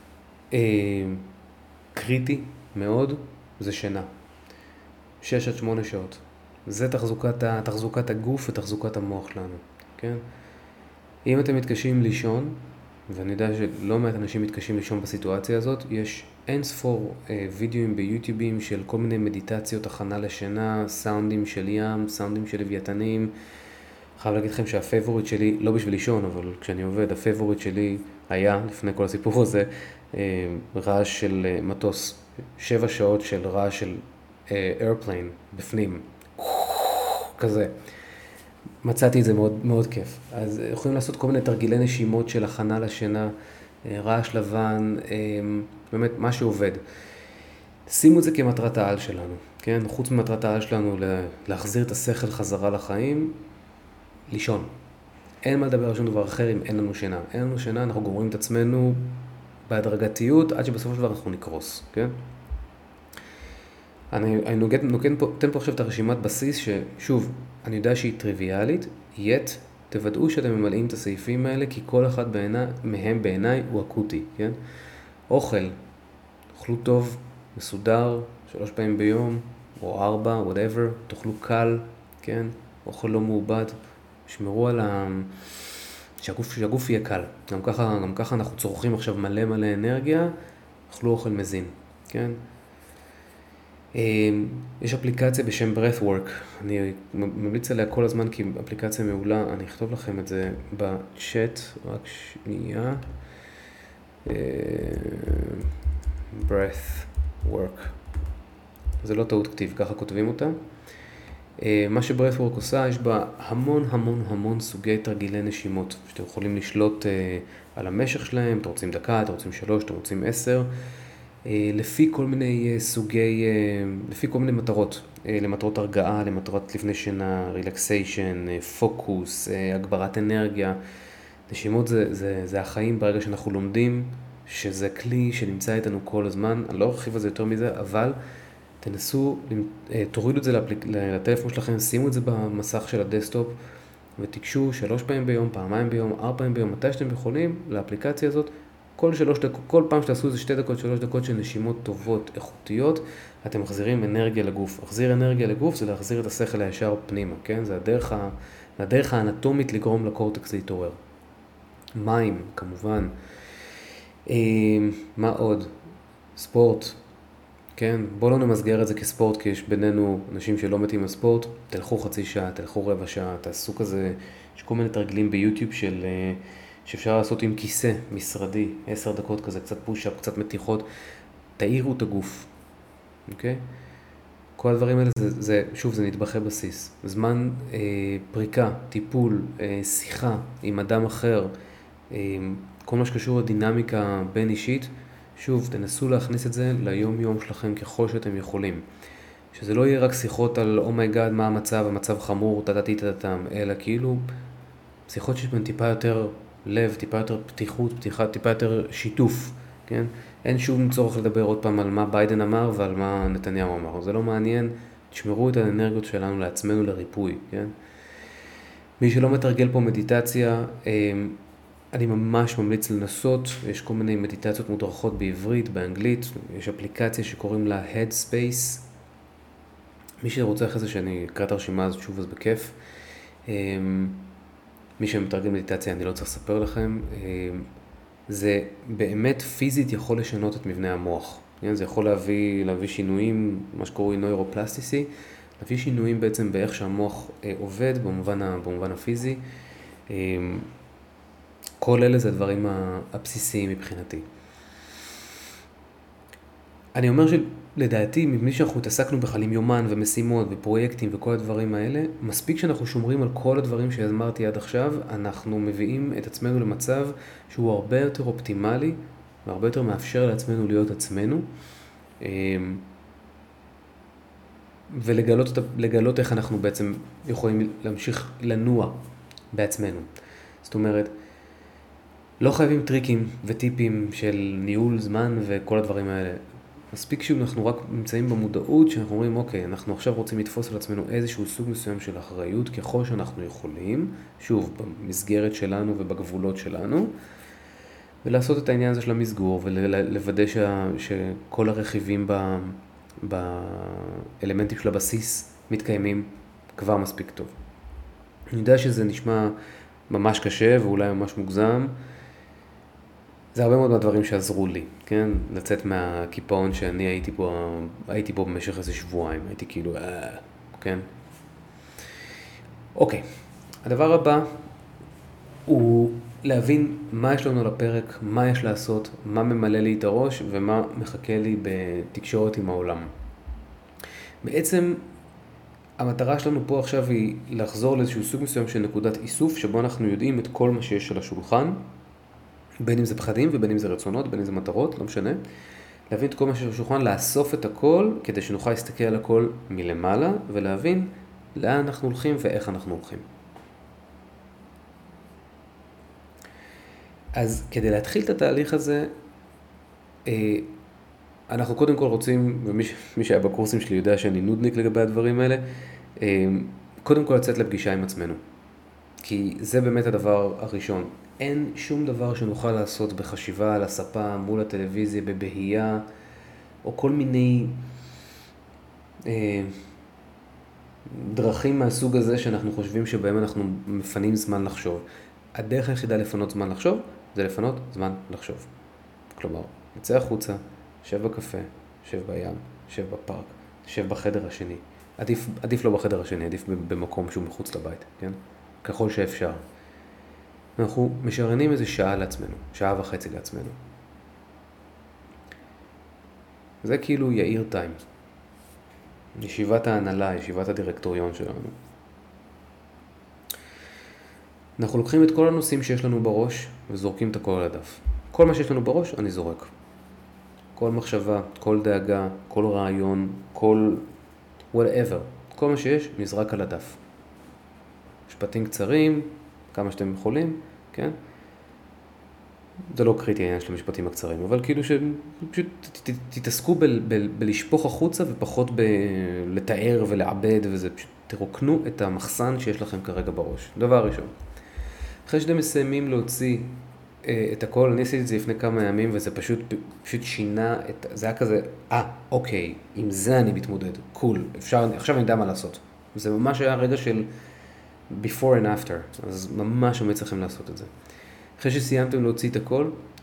קריטי מאוד, זה שינה. 6 עד 8 שעות. זה תחזוקת הגוף ותחזוקת המוח שלנו, כן? אם אתם מתקשים לישון, ואני יודע שלא מעט אנשים מתקשים לישון בסיטואציה הזאת, יש אין ספור וידאוים ביוטיובים של כל מיני מדיטציות, הכנה לשינה, סאונדים של ים, סאונדים של לוויתנים. חייב להגיד לכם שהפייבוריט שלי, לא בשביל לישון, אבל כשאני עובד, הפייבוריט שלי היה, לפני כל הסיפור הזה, רעש של מטוס, 7 שעות של רעש של איירפליין בפנים, כזה. מצאתי את זה מאוד, מאוד כיף. אז יכולים לעשות כל מיני תרגילי נשימות של הכנה לשינה, רעש לבן, באמת מה שעובד. שימו את זה כמטרת העל שלנו, כן? חוץ ממטרת העל שלנו להחזיר את השכל חזרה לחיים, לישון. אין מה לדבר על שום דבר אחר אם אין לנו שינה. אין לנו שינה, אנחנו גומרים את עצמנו בהדרגתיות עד שבסופו של דבר אנחנו נקרוס, כן? אני נותן פה עכשיו את הרשימת בסיס ששוב, אני יודע שהיא טריוויאלית, תוודאו שאתם ממלאים את הסעיפים האלה, כי כל אחד מהם בעיניי הוא אקוטי, כן? אוכלו טוב, מסודר, 3 פעמים ביום, או 4, whatever, תאכלו קל, כן? אוכל לא מעובד, שמרו על שהגוף יהיה קל. גם ככה אנחנו צורכים עכשיו מלא אנרגיה, אכלו אוכל מזין, כן? יש אפליקציה בשם Breathwork, אני ממליץ עליה כל הזמן כי אפליקציה מעולה, אני אכתוב לכם את זה בצ'אט, רק שנייה. Breathwork, זה לא טעות כתיב, ככה כותבים אותה. מה ש-Breathwork עושה, יש בה המון סוגי תרגילי נשימות, שאתם יכולים לשלוט על המשך שלהם, אתם רוצים דקה, אתם רוצים 3, אתם רוצים 10, לפי כל מיני לפי כל מיני מטרות, למטרות הרגעה, למטרות לפני שינה, רילקסיישן, פוקוס, הגברת אנרגיה. נשימות זה החיים ברגע שאנחנו לומדים, שזה כלי שנמצא איתנו כל הזמן. אני לא ארחיב על זה יותר מזה, אבל תורידו את זה לטלפון שלכם, שימו את זה במסך של הדסקטופ, ותיגשו 3 פעמים ביום, 2 פעמים ביום, 4 פעמים ביום, מתי שאתם יכולים, לאפליקציה הזאת. כל פעם שתעשו איזה 2 דקות, 3 דקות של נשימות טובות, איכותיות, אתם מחזירים אנרגיה לגוף. להחזיר אנרגיה לגוף זה להחזיר את השכל הישר פנימה, כן? זה הדרך האנטומית לגרום לקורטקס להתעורר. מים, כמובן. מה עוד? ספורט. כן, בואו לא נמסגר את זה כספורט, כי יש בינינו אנשים שלא מתאים לספורט. תלכו חצי שעה, תלכו רבע שעה, תעשו כזה, יש כל מיני תרגילים ביוטיוב שאפשר לעשות עם כיסא משרדי, 10 דקות כזה, קצת פוש-אפ, קצת מתיחות, תאירו את הגוף, אוקיי? כל הדברים האלה, שוב, זה נדבכי בסיס. זמן פריקה, טיפול, שיחה עם אדם אחר, כל מה שקשור לדינמיקה בין אישית, שוב, תנסו להכניס את זה ליום יום שלכם ככל שאתם יכולים. שזה לא יהיה רק שיחות על אומייגאד, מה המצב חמור, טטטטטטם, אלא כאילו שיחות שיש בהן טיפה יותר לב, טיפה יותר פתיחות, טיפה יותר שיתוף, כן? אין שום צורך לדבר עוד פעם על מה ביידן אמר ועל מה נתניהו אמר. זה לא מעניין, תשמרו את האנרגיות שלנו לעצמנו לריפוי, כן? מי שלא מתרגל פה מדיטציה, אני ממש ממליץ לנסות, יש כל מיני מדיטציות מודרכות בעברית, באנגלית, יש אפליקציה שקוראים לה Headspace. מי שרוצה אחרי זה שאני אקרא את הרשימה הזאת שוב, אז בכיף. מי שמתרגל מדיטציה, אני לא צריך לספר לכם. זה באמת פיזית יכול לשנות את מבנה המוח. זה יכול להביא שינויים, מה שקוראים נוירופלסטיסי, להביא שינויים בעצם באיך שהמוח עובד במובן הפיזי. כל אלה זה הדברים הבסיסיים מבחינתי. אני אומר שלדעתי, מבלי שאנחנו התעסקנו בחלים יומן ומשימות ופרויקטים וכל הדברים האלה, מספיק שאנחנו שומרים על כל הדברים שאמרתי עד עכשיו, אנחנו מביאים את עצמנו למצב שהוא הרבה יותר אופטימלי, והרבה יותר מאפשר לעצמנו להיות עצמנו, ולגלות איך אנחנו בעצם יכולים להמשיך לנוע בעצמנו. זאת אומרת, לא חייבים טריקים וטיפים של ניהול זמן וכל הדברים האלה. מספיק שאנחנו רק נמצאים במודעות שאנחנו אומרים, אוקיי, אנחנו עכשיו רוצים לתפוס על עצמנו איזשהו סוג מסוים של אחריות ככל שאנחנו יכולים, שוב, במסגרת שלנו ובגבולות שלנו, ולעשות את העניין הזה של המסגור ולוודא שכל הרכיבים באלמנטים של הבסיס מתקיימים כבר מספיק טוב. אני יודע שזה נשמע ממש קשה ואולי ממש מוגזם, זה הרבה מאוד מהדברים שעזרו לי, כן? לצאת מהקיפאון שאני הייתי בו במשך איזה שבועיים, הייתי כאילו, כן? אוקיי, הדבר הבא הוא להבין מה יש לנו על הפרק, מה יש לעשות, מה ממלא לי את הראש ומה מחכה לי בתקשורת עם העולם. בעצם המטרה שלנו פה עכשיו היא לחזור לאיזשהו סוג מסוים של נקודת איסוף, שבו אנחנו יודעים את כל מה שיש על השולחן, בין אם זה פחדים ובין אם זה רצונות, בין אם זה מטרות, לא משנה. להבין את כל מה שיש על השולחן, לאסוף את הכל, כדי שנוכל להסתכל על הכל מלמעלה, ולהבין לאן אנחנו הולכים ואיך אנחנו הולכים. אז כדי להתחיל את התהליך הזה, אנחנו קודם כל רוצים, ומי שהיה בקורסים שלי יודע שאני נודניק לגבי הדברים האלה, קודם כל לצאת לפגישה עם עצמנו. כי זה באמת הדבר הראשון. אין שום דבר שנוכל לעשות בחשיבה על הספה, מול הטלוויזיה, בבהייה, או כל מיני דרכים מהסוג הזה שאנחנו חושבים שבהם אנחנו מפנים זמן לחשוב. הדרך היחידה לפנות זמן לחשוב, זה לפנות זמן לחשוב. כלומר, יצא החוצה, שב בקפה, שב בים, שב בפארק, שב בחדר השני. עדיף לא בחדר השני, עדיף במקום שהוא מחוץ לבית, כן? ככל שאפשר. אנחנו משרנים איזה שעה לעצמנו, שעה וחצי לעצמנו. זה כאילו יאיר טיים. ישיבת ההנהלה, ישיבת הדירקטוריון שלנו. אנחנו לוקחים את כל הנושאים שיש לנו בראש וזורקים את הכל על הדף. כל מה שיש לנו בראש אני זורק. כל מחשבה, כל דאגה, כל רעיון, כל whatever. כל מה שיש נזרק על הדף. משפטים קצרים, כמה שאתם יכולים, כן? זה לא קריטי העניין של המשפטים הקצרים, אבל כאילו שפשוט תתעסקו בלשפוך החוצה ופחות בלתאר ולעבד וזה, פשוט תרוקנו את המחסן שיש לכם כרגע בראש. דבר ראשון. אחרי שאתם מסיימים להוציא את הכל, אני עשיתי את זה לפני כמה ימים וזה פשוט שינה, זה היה כזה, אוקיי, עם זה אני מתמודד, קול, עכשיו אני יודע מה לעשות. זה ממש היה רגע של before and after, אז ממש ממש צריכים לעשות את זה. אחרי שסיימתם להוציא את הכל,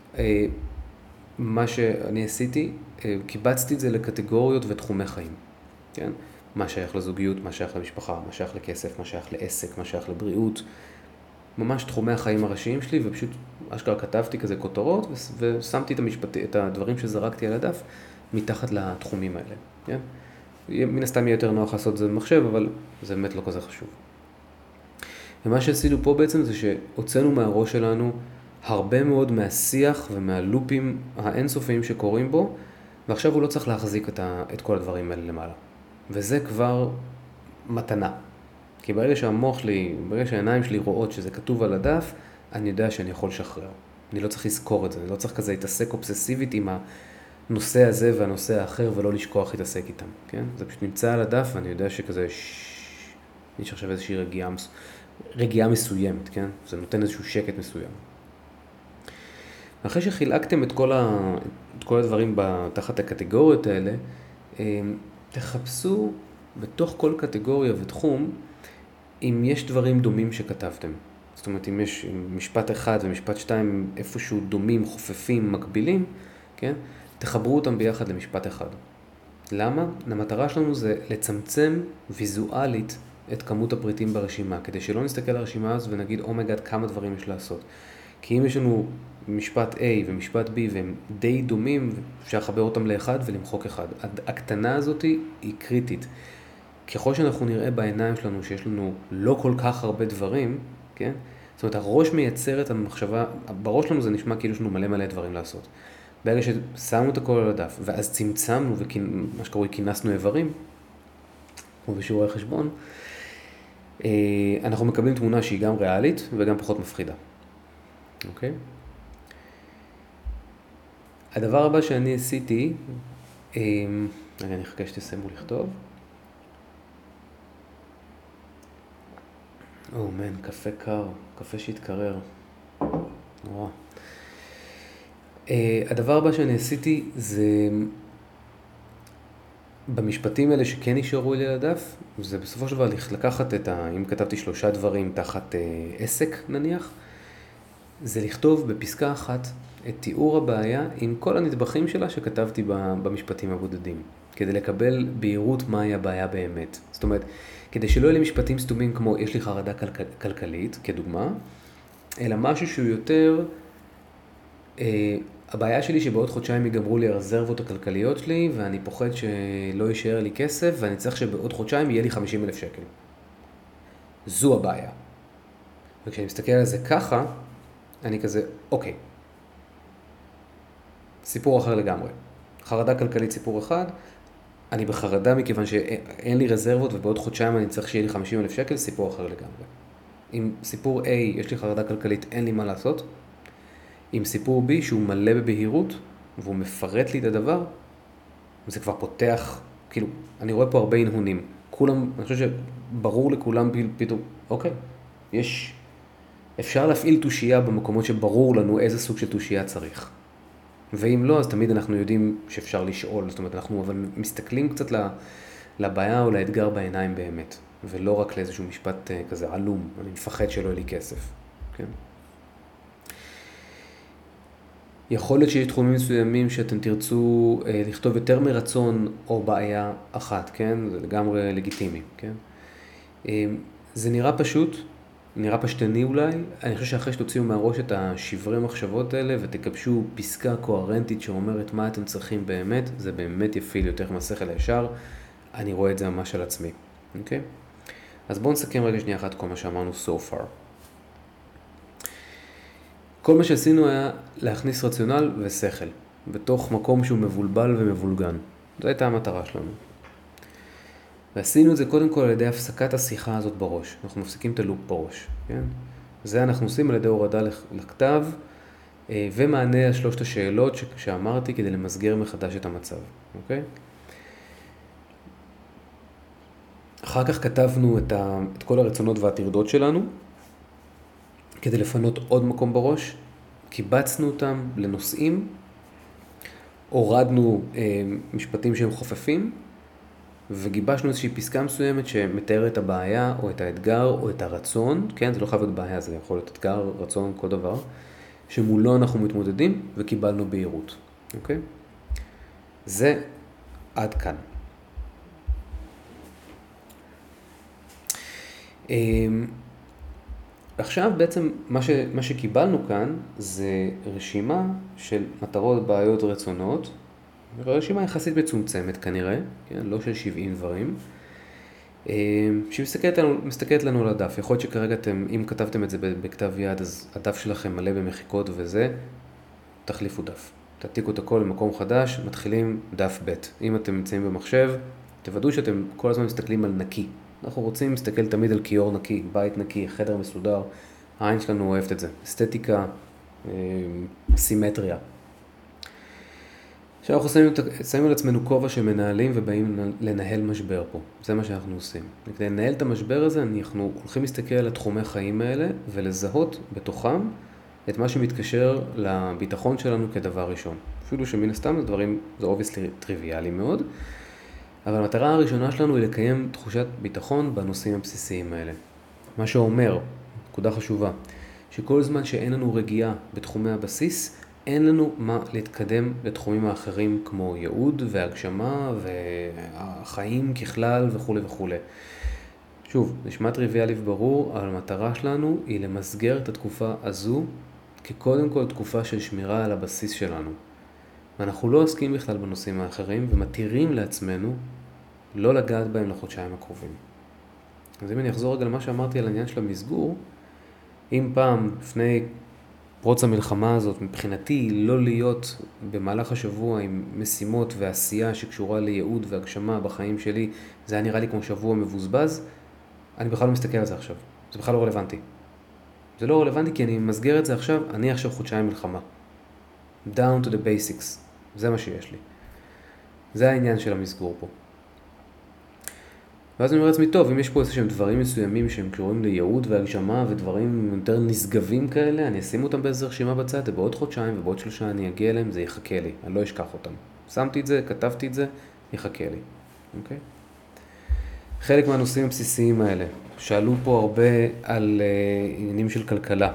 מה שאני עשיתי, קיבצתי את זה לקטגוריות ותחומי חיים, כן? מה שייך לזוגיות, מה שייך למשפחה, מה שייך לכסף, מה שייך לעסק, מה שייך לבריאות, ממש תחומי החיים הראשיים שלי, ופשוט אשכרה כתבתי כזה כותרות, ושמתי את הדברים שזרקתי על הדף מתחת לתחומים האלה, כן? מן הסתם יהיה יותר נוח לעשות את זה במחשב, אבל זה באמת לא כזה חשוב. ומה שעשינו פה בעצם זה שהוצאנו מהראש שלנו הרבה מאוד מהשיח ומהלופים האינסופיים שקורים בו, ועכשיו הוא לא צריך להחזיק את כל הדברים האלה למעלה. וזה כבר מתנה. כי ברגע שהמוח שלי, ברגע שהעיניים שלי רואות שזה כתוב על הדף, אני יודע שאני יכול לשחרר. אני לא צריך לזכור את זה, אני לא צריך כזה להתעסק אובססיבית עם הנושא הזה והנושא האחר ולא לשכוח להתעסק איתם, כן? זה פשוט נמצא על הדף ואני יודע שכזה יש עכשיו איזושהי רגיעה מסוימת, כן? זה נותן איזשהו שקט מסוים. אחרי שחילקתם את כל הדברים תחת הקטגוריות האלה, תחפשו בתוך כל קטגוריה ותחום אם יש דברים דומים שכתבתם. זאת אומרת, אם יש משפט אחד ומשפט שתיים איפשהו דומים, חופפים, מקבילים, כן? תחברו אותם ביחד למשפט אחד. למה? המטרה שלנו זה לצמצם ויזואלית את כמות הפריטים ברשימה, כדי שלא נסתכל על הרשימה הזו ונגיד, אומייגאד, כמה דברים יש לעשות. כי אם יש לנו משפט A ומשפט B והם די דומים, אפשר לחבר אותם לאחד ולמחוק אחד. הקטנה הזאת היא קריטית. ככל שאנחנו נראה בעיניים שלנו שיש לנו לא כל כך הרבה דברים, כן? זאת אומרת, הראש מייצר את המחשבה, בראש שלנו זה נשמע כאילו יש לנו מלא דברים לעשות. ברגע ששמנו את הכל על הדף, ואז צמצמנו ומה שקוראים כינסנו איברים, כמו בשיעורי חשבון, אנחנו מקבלים תמונה שהיא גם ריאלית וגם פחות מפחידה. אוקיי? הדבר הבא שאני עשיתי, רגע, אני אחכה שתסיימו לכתוב. מן, קפה קר, קפה שהתקרר. נורא. הדבר הבא שאני עשיתי זה, במשפטים האלה שכן נשארו לי על הדף, זה בסופו של דבר לקחת אם כתבתי 3 דברים תחת עסק נניח, זה לכתוב בפסקה אחת את תיאור הבעיה עם כל הנדבכים שלה שכתבתי במשפטים הבודדים, כדי לקבל בהירות מהי הבעיה באמת. זאת אומרת, כדי שלא יהיו לי משפטים סתומים כמו יש לי חרדה כלכלית, כדוגמה, אלא משהו שהוא יותר, הבעיה שלי שבעוד חודשיים ייגמרו לי הרזרבות הכלכליות שלי, ואני פוחד שלא יישאר לי כסף, ואני צריך שבעוד חודשיים יהיה לי 50,000 שקל. זו הבעיה. וכשאני מסתכל על זה ככה, אני כזה, אוקיי. סיפור אחר לגמרי. חרדה כלכלית סיפור אחד, אני בחרדה מכיוון שאין לי רזרבות ובעוד חודשיים אני צריך שיהיה לי 50,000 שקל, סיפור אחר לגמרי. עם סיפור A, יש לי חרדה כלכלית, אין לי מה לעשות. עם סיפור B, שהוא מלא בבהירות, והוא מפרט לי את הדבר, זה כבר פותח, כאילו, אני רואה פה הרבה הנהונים. כולם, אני חושב שברור לכולם פתאום, אוקיי, אפשר להפעיל תושייה במקומות שברור לנו איזה סוג של תושייה צריך. ואם לא, אז תמיד אנחנו יודעים שאפשר לשאול, זאת אומרת, אנחנו אבל מסתכלים קצת לבעיה או לאתגר בעיניים באמת, ולא רק לאיזשהו משפט כזה עלום, אני מפחד שלא יהיה לי כסף, כן? יכול להיות שיש תחומים מסוימים שאתם תרצו לכתוב יותר מרצון או בעיה אחת, כן? זה לגמרי לגיטימי, כן? זה נראה פשוט, נראה פשטני אולי. אני חושב שאחרי שתוציאו מהראש את השברי מחשבות האלה ותקבשו פסקה קוהרנטית שאומרת מה אתם צריכים באמת, זה באמת יפיל יותר מהשכל הישר. אני רואה את זה ממש על עצמי, אוקיי? אז בואו נסכם רגע שנייה אחת כל מה שאמרנו so far. כל מה שעשינו היה להכניס רציונל ושכל, בתוך מקום שהוא מבולבל ומבולגן. זו הייתה המטרה שלנו. ועשינו את זה קודם כל על ידי הפסקת השיחה הזאת בראש. אנחנו מפסיקים את הלופ בראש, כן? זה אנחנו עושים על ידי הורדה לכתב, ומענה על 3 השאלות שאמרתי כדי למסגר מחדש את המצב, אוקיי? אחר כך כתבנו את כל הרצונות והטרדות שלנו, כדי לפנות עוד מקום בראש, קיבצנו אותם לנושאים, הורדנו משפטים שהם חופפים, וגיבשנו איזושהי פסקה מסוימת שמתארת את הבעיה או את האתגר או את הרצון, כן, זה לא חייב להיות בעיה, זה יכול להיות אתגר, רצון, כל דבר, שמולו אנחנו מתמודדים וקיבלנו בהירות, אוקיי? זה עד כאן. עכשיו בעצם מה שקיבלנו כאן זה רשימה של מטרות, בעיות, רצונות, רשימה יחסית מצומצמת כנראה, כן? לא של 70 דברים, שמסתכלת לנו על הדף. יכול להיות שכרגע אם כתבתם את זה בכתב יד, אז הדף שלכם מלא במחיקות וזה, תחליפו דף. תעתיקו את הכל למקום חדש, מתחילים דף ב'. אם אתם נמצאים במחשב, תוודאו שאתם כל הזמן מסתכלים על נקי. אנחנו רוצים להסתכל תמיד על כיור נקי, בית נקי, חדר מסודר. העין שלנו אוהבת את זה. אסתטיקה, סימטריה. עכשיו אנחנו שמים על עצמנו כובע של מנהלים ובאים לנהל משבר פה. זה מה שאנחנו עושים. כדי לנהל את המשבר הזה, אנחנו הולכים להסתכל על התחומי חיים האלה ולזהות בתוכם את מה שמתקשר לביטחון שלנו כדבר ראשון. אפילו שמן הסתם זה obviously טריוויאלי מאוד, אבל המטרה הראשונה שלנו היא לקיים תחושת ביטחון בנושאים הבסיסיים האלה. מה שאומר, נקודה חשובה, שכל זמן שאין לנו רגיעה בתחומי הבסיס, אין לנו מה להתקדם לתחומים האחרים כמו ייעוד והגשמה והחיים ככלל וכו' וכו'. שוב, נשמע טריוויאלי וברור, אבל המטרה שלנו היא למסגר את התקופה הזו כקודם כל תקופה של שמירה על הבסיס שלנו. ואנחנו לא עוסקים בכלל בנושאים האחרים ומתירים לעצמנו לא לגעת בהם לחודשיים הקרובים. אז אם אני אחזור רגע למה שאמרתי על העניין של המסגור, אם פעם לפני פרוץ המלחמה הזאת מבחינתי לא להיות במהלך השבוע עם משימות ועשייה שקשורה לייעוד והגשמה בחיים שלי, זה היה נראה לי כמו שבוע מבוזבז, אני בכלל לא מסתכל על זה עכשיו. זה בכלל לא רלוונטי. זה לא רלוונטי כי אני מסגר את זה עכשיו, אני עכשיו חודשיים מלחמה. Down to the basics. זה מה שיש לי. זה העניין של המסגור פה. ואז אני אומר לעצמי, טוב, אם יש פה איזשהם דברים מסוימים שהם קשורים לייעוד והגשמה ודברים יותר נשגבים כאלה, אני אשים אותם באיזו רשימה בצד, ובעוד חודשיים ובעוד 3 אני אגיע אליהם, זה יחכה לי, אני לא אשכח אותם. שמתי את זה, כתבתי את זה, יחכה לי. אוקיי? חלק מהנושאים הבסיסיים האלה, שאלו פה הרבה על עניינים של כלכלה.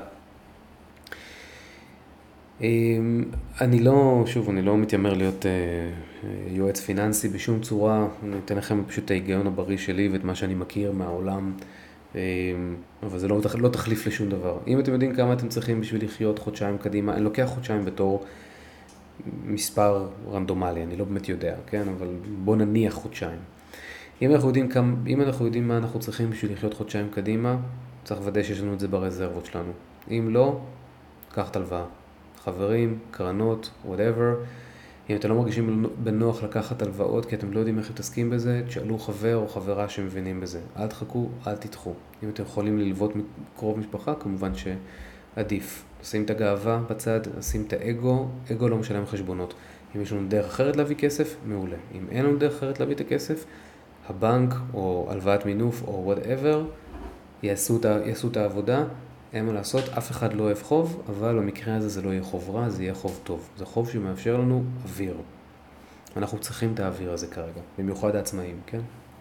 אני לא מתיימר להיות יועץ פיננסי בשום צורה, אני אתן לכם פשוט את ההיגיון הבריא שלי ואת מה שאני מכיר מהעולם, אבל זה לא תחליף לשום דבר. אם אתם יודעים כמה אתם צריכים בשביל לחיות חודשיים קדימה, אני לוקח חודשיים בתור מספר רנדומלי, אני לא באמת יודע, כן? אבל בוא נניח חודשיים. אם אנחנו יודעים מה אנחנו צריכים בשביל לחיות חודשיים קדימה, צריך לוודא שיש לנו את זה ברזרבות שלנו. אם לא, קח את הלוואה. חברים, קרנות, whatever. אם אתם לא מרגישים בנוח לקחת הלוואות כי אתם לא יודעים איך מתעסקים בזה, תשאלו חבר או חברה שמבינים בזה. אל תחכו, אל תדחו. אם אתם יכולים ללוות קרוב משפחה, כמובן שעדיף. שים את הגאווה בצד, שים את האגו, אגו לא משלם חשבונות. אם יש לנו דרך אחרת להביא כסף, מעולה. אם אין לנו דרך אחרת להביא את הכסף, הבנק או הלוואת מינוף או whatever יעשו את העבודה. אין מה לעשות, אף אחד לא אוהב חוב, אבל במקרה הזה זה לא יהיה חוב רע, זה יהיה חוב טוב. זה חוב שמאפשר לנו אוויר. אנחנו צריכים את האוויר הזה כרגע, במיוחד העצמאים, כן?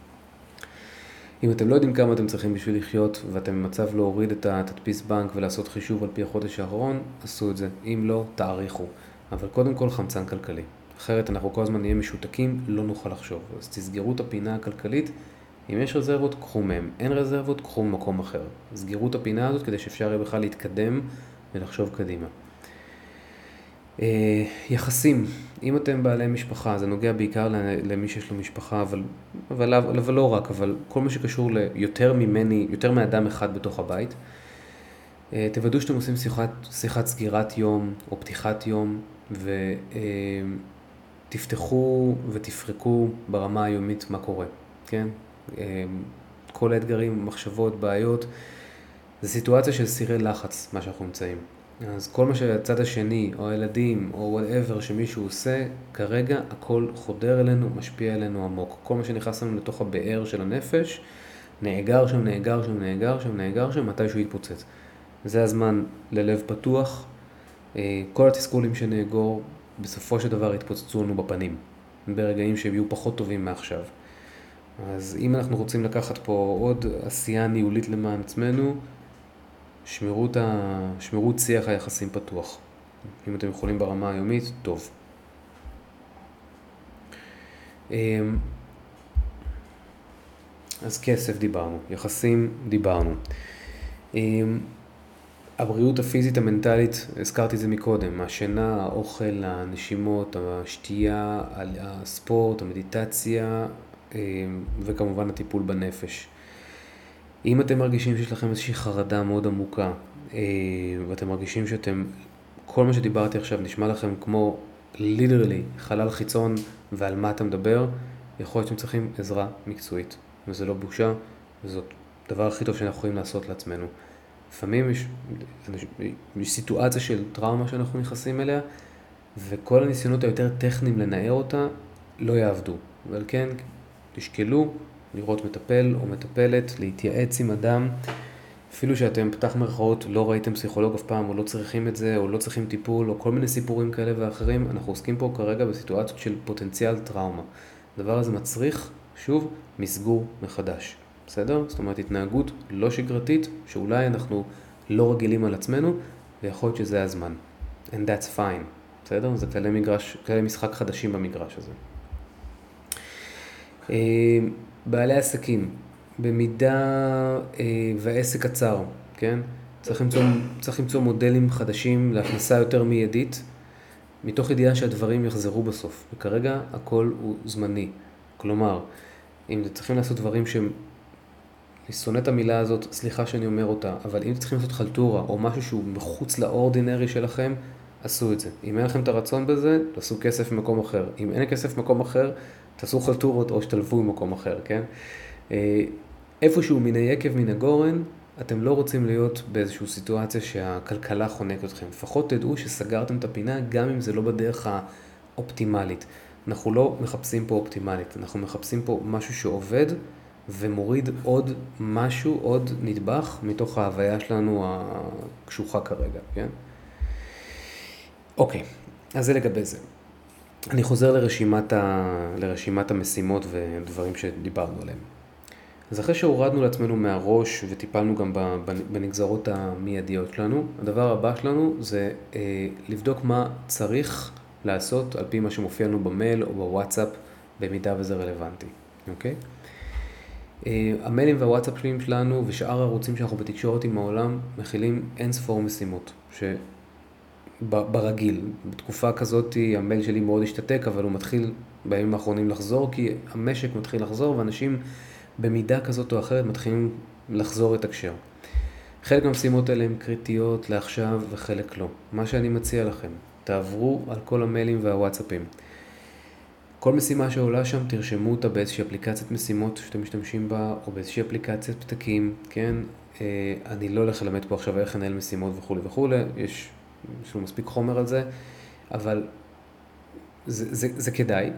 אם אתם לא יודעים כמה אתם צריכים בשביל לחיות, ואתם במצב להוריד את התדפיס בנק ולעשות חישוב על פי החודש האחרון, עשו את זה. אם לא, תאריכו. אבל קודם כל חמצן כלכלי. אחרת אנחנו כל הזמן נהיה משותקים, לא נוכל לחשוב. אז תסגרו את הפינה הכלכלית. אם יש רזרבות, קחו מהם. אין רזרבות, קחו ממקום אחר. סגרו את הפינה הזאת כדי שאפשר יהיה בכלל להתקדם ולחשוב קדימה. יחסים. אם אתם בעלי משפחה, זה נוגע בעיקר למי שיש לו משפחה, אבל לא רק, אבל כל מה שקשור יותר מאדם אחד בתוך הבית. תוודאו שאתם עושים שיחת סגירת יום או פתיחת יום, ותפתחו ותפרקו ברמה היומית מה קורה, כן? כל האתגרים, מחשבות, בעיות, זה סיטואציה של סירי לחץ, מה שאנחנו נמצאים. אז כל מה שהצד השני, או הילדים, או whatever שמישהו עושה, כרגע הכל חודר אלינו, משפיע אלינו עמוק. כל מה שנכנס לנו לתוך הבאר של הנפש, נאגר שם, מתי שהוא יתפוצץ. זה הזמן ללב פתוח. כל התסכולים שנאגור, בסופו של דבר יתפוצצו לנו בפנים, ברגעים שיהיו פחות טובים מעכשיו. אז אם אנחנו רוצים לקחת פה עוד עשייה ניהולית למען עצמנו, שמרו שיח היחסים פתוח. אם אתם יכולים ברמה היומית, טוב. אז כסף דיברנו, יחסים דיברנו. הבריאות הפיזית המנטלית, הזכרתי את זה מקודם, השינה, האוכל, הנשימות, השתייה, הספורט, המדיטציה, וכמובן הטיפול בנפש. אם אתם מרגישים שיש לכם איזושהי חרדה מאוד עמוקה, ואתם מרגישים כל מה שדיברתי עכשיו נשמע לכם כמו literally חלל חיצון ועל מה אתה מדבר, יכול להיות שאתם צריכים עזרה מקצועית. וזה לא בושה, וזאת הדבר הכי טוב שאנחנו יכולים לעשות לעצמנו. לפעמים יש סיטואציה של טראומה שאנחנו נכנסים אליה, וכל הניסיונות היותר טכניים לנער אותה לא יעבדו. ועל כן, תשקלו לראות מטפל או מטפלת, להתייעץ עם אדם, אפילו שאתם פתח מרכאות לא ראיתם פסיכולוג אף פעם, או לא צריכים את זה, או לא צריכים טיפול, או כל מיני סיפורים כאלה ואחרים, אנחנו עוסקים פה כרגע בסיטואציות של פוטנציאל טראומה. הדבר הזה מצריך, שוב, מסגור מחדש. בסדר? זאת אומרת, התנהגות לא שגרתית, שאולי אנחנו לא רגילים על עצמנו, ויכול להיות שזה הזמן. And that's fine. בסדר? זה כלי משחק חדשים במגרש הזה. בעלי עסקים, במידה והעסק קצר, כן? צריך למצוא מודלים חדשים להכנסה יותר מיידית, מתוך ידיעה שהדברים יחזרו בסוף. וכרגע הכל הוא זמני. כלומר, אם צריכים לעשות דברים שהם, אני שונא את המילה הזאת, סליחה שאני אומר אותה, אבל אם צריכים לעשות חלטורה או משהו שהוא מחוץ לאורדינרי שלכם, עשו את זה. אם אין לכם את הרצון בזה, תעשו כסף במקום אחר. אם אין כסף במקום אחר, תעשו חלטורות או שתלבו במקום אחר, כן? איפשהו מן היקב מן הגורן, אתם לא רוצים להיות באיזושהי סיטואציה שהכלכלה חונקת אתכם. לפחות תדעו שסגרתם את הפינה, גם אם זה לא בדרך האופטימלית. אנחנו לא מחפשים פה אופטימלית, אנחנו מחפשים פה משהו שעובד ומוריד עוד משהו, עוד נדבך מתוך ההוויה שלנו הקשוחה כרגע, כן? אוקיי, אז זה לגבי זה. אני חוזר לרשימת המשימות ודברים שדיברנו עליהם. אז אחרי שהורדנו לעצמנו מהראש וטיפלנו גם בנגזרות המיידיות שלנו, הדבר הבא שלנו זה לבדוק מה צריך לעשות על פי מה שמופיע לנו במייל או בוואטסאפ, במידה וזה רלוונטי, אוקיי? המיילים והוואטסאפים שלנו ושאר הערוצים שאנחנו בתקשורת עם העולם מכילים אין ספור משימות ברגיל. בתקופה כזאת המייל שלי מאוד השתתק, אבל הוא מתחיל בימים האחרונים לחזור, כי המשק מתחיל לחזור ואנשים במידה כזאת או אחרת מתחילים לחזור את הקשר. חלק מהמשימות האלה הן קריטיות לעכשיו וחלק לא. מה שאני מציע לכם, תעברו על כל המיילים והוואטסאפים. כל משימה שעולה שם תרשמו אותה באיזושהי אפליקציית משימות שאתם משתמשים בה, או באיזושהי אפליקציית פתקים, כן? אני לא הולך ללמד פה עכשיו איך לנהל משימות וכו' וכו', יש לנו מספיק חומר על זה, אבל זה כדאי.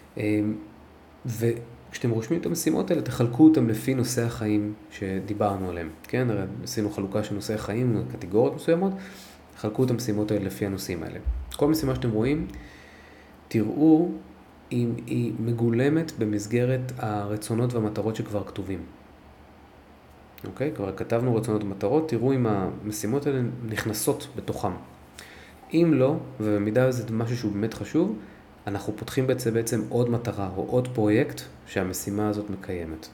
וכשאתם רושמים את המשימות האלה, תחלקו אותם לפי נושאי החיים שדיברנו עליהם, כן? הרי עשינו חלוקה של נושאי החיים, קטגוריות מסוימות, תחלקו את המשימות האלה לפי הנושאים האלה. כל משימה שאתם רואים, תראו אם היא מגולמת במסגרת הרצונות והמטרות שכבר כתובים. אוקיי? כבר כתבנו רצונות ומטרות, תראו אם המשימות האלה נכנסות בתוכם. אם לא, ובמידה זה משהו שהוא באמת חשוב, אנחנו פותחים בעצם עוד מטרה או עוד פרויקט שהמשימה הזאת מקיימת.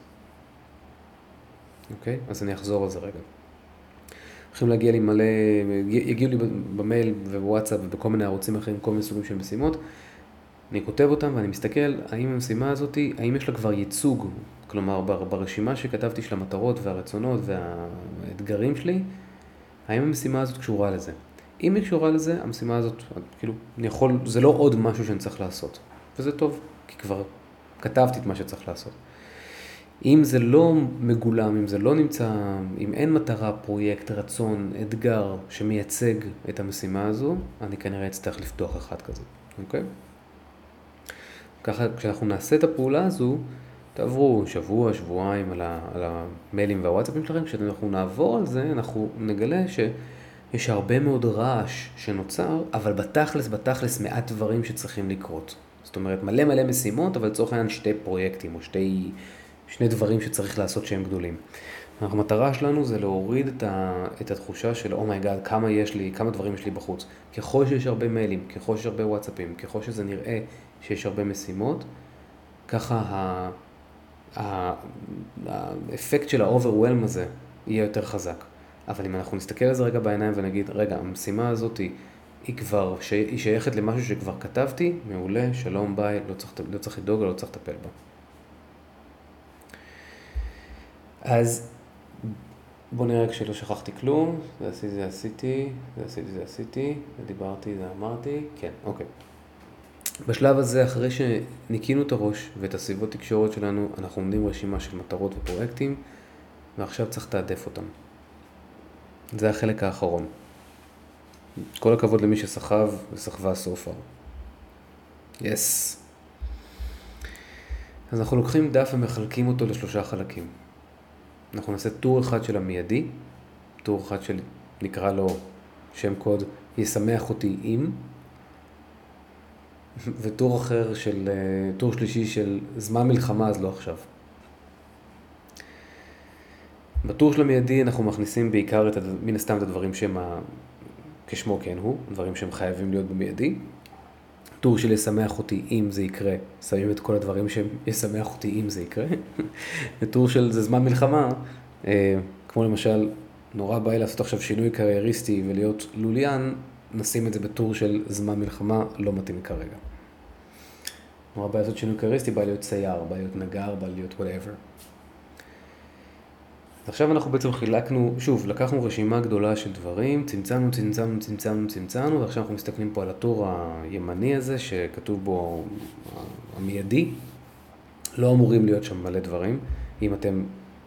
אוקיי? אז אני אחזור על זה רגע. הולכים להגיע לי מלא, יגיעו לי במייל ובוואטסאפ ובכל מיני ערוצים אחרים, כל מיני סוגים של משימות. אני כותב אותם ואני מסתכל האם המשימה הזאת, האם יש לה כבר ייצוג, כלומר ברשימה שכתבתי של המטרות והרצונות והאתגרים שלי, האם המשימה הזאת קשורה לזה. אם היא קשורה לזה, המשימה הזאת, כאילו, זה לא עוד משהו שאני צריך לעשות. וזה טוב, כי כבר כתבתי את מה שצריך לעשות. אם זה לא מגולם, אם זה לא נמצא, אם אין מטרה, פרויקט, רצון, אתגר שמייצג את המשימה הזו, אני כנראה אצטרך לפתוח אחד כזה. אוקיי? ככה, כשאנחנו נעשה את הפעולה הזו, תעברו שבוע, שבועיים על המיילים והוואטסאפים שלכם, כשאנחנו נעבור על זה, אנחנו נגלה שיש הרבה מאוד רעש שנוצר, אבל בתכלס מעט דברים שצריכים לקרות. זאת אומרת, מלא משימות, אבל לצורך העניין שתי פרויקטים, או שני דברים שצריך לעשות שהם גדולים. המטרה שלנו זה להוריד את התחושה של, אומייגאד, כמה דברים יש לי בחוץ. ככל שיש הרבה מיילים, ככל שיש הרבה וואטסאפים, ככל שזה נראה שיש הרבה משימות, ככה האפקט של האוברווילם הזה יהיה יותר חזק. אבל אם אנחנו נסתכל על זה רגע בעיניים ונגיד, רגע, המשימה הזאת היא שייכת למשהו שכבר כתבתי, מעולה, שלום, ביי, לא צריך לדאוג, לא צריך לטפל בה. אז בוא נראה כשלא שכחתי כלום, זה עשיתי, זה דיברתי, זה אמרתי, כן, אוקיי. בשלב הזה, אחרי שניקינו את הראש ואת הסביבות תקשורת שלנו, אנחנו עומדים רשימה של מטרות ופרויקטים, ועכשיו צריך לתעדף אותם. זה החלק האחרון. כל הכבוד למי שסחב וסחבה סופר. יס. אז אנחנו לוקחים דף ומחלקים אותו לשלושה חלקים. אנחנו נעשה טור אחד של המיידי, טור אחד של, נקרא לו שם קוד, ישמח אותי אם, וטור אחר של, טור שלישי של זמן מלחמה, אז לא עכשיו. בטור של המיידי אנחנו מכניסים בעיקר מן הסתם את הדברים שהם, כשמו כן הוא, דברים שהם חייבים להיות במיידי. טור של ישמח אותי אם זה יקרה, שמים את כל הדברים שהם ישמח אותי אם זה יקרה. וטור של זה זמן מלחמה, כמו למשל, נורא בא לי לעשות עכשיו שינוי קרייריסטי ולהיות לוליין, נשים את זה בטור של זמן מלחמה, לא מתאים כרגע. נורא בא לעשות שינוי קרייריסטי, בא להיות צייר, בא להיות נגר, בא להיות whatever. עכשיו אנחנו בעצם חילקנו, שוב, לקחנו רשימה גדולה של דברים, צמצמנו, ועכשיו אנחנו מסתכלים פה על הטור הימני הזה, שכתוב בו המיידי. לא אמורים להיות שם מלא דברים. אם אתם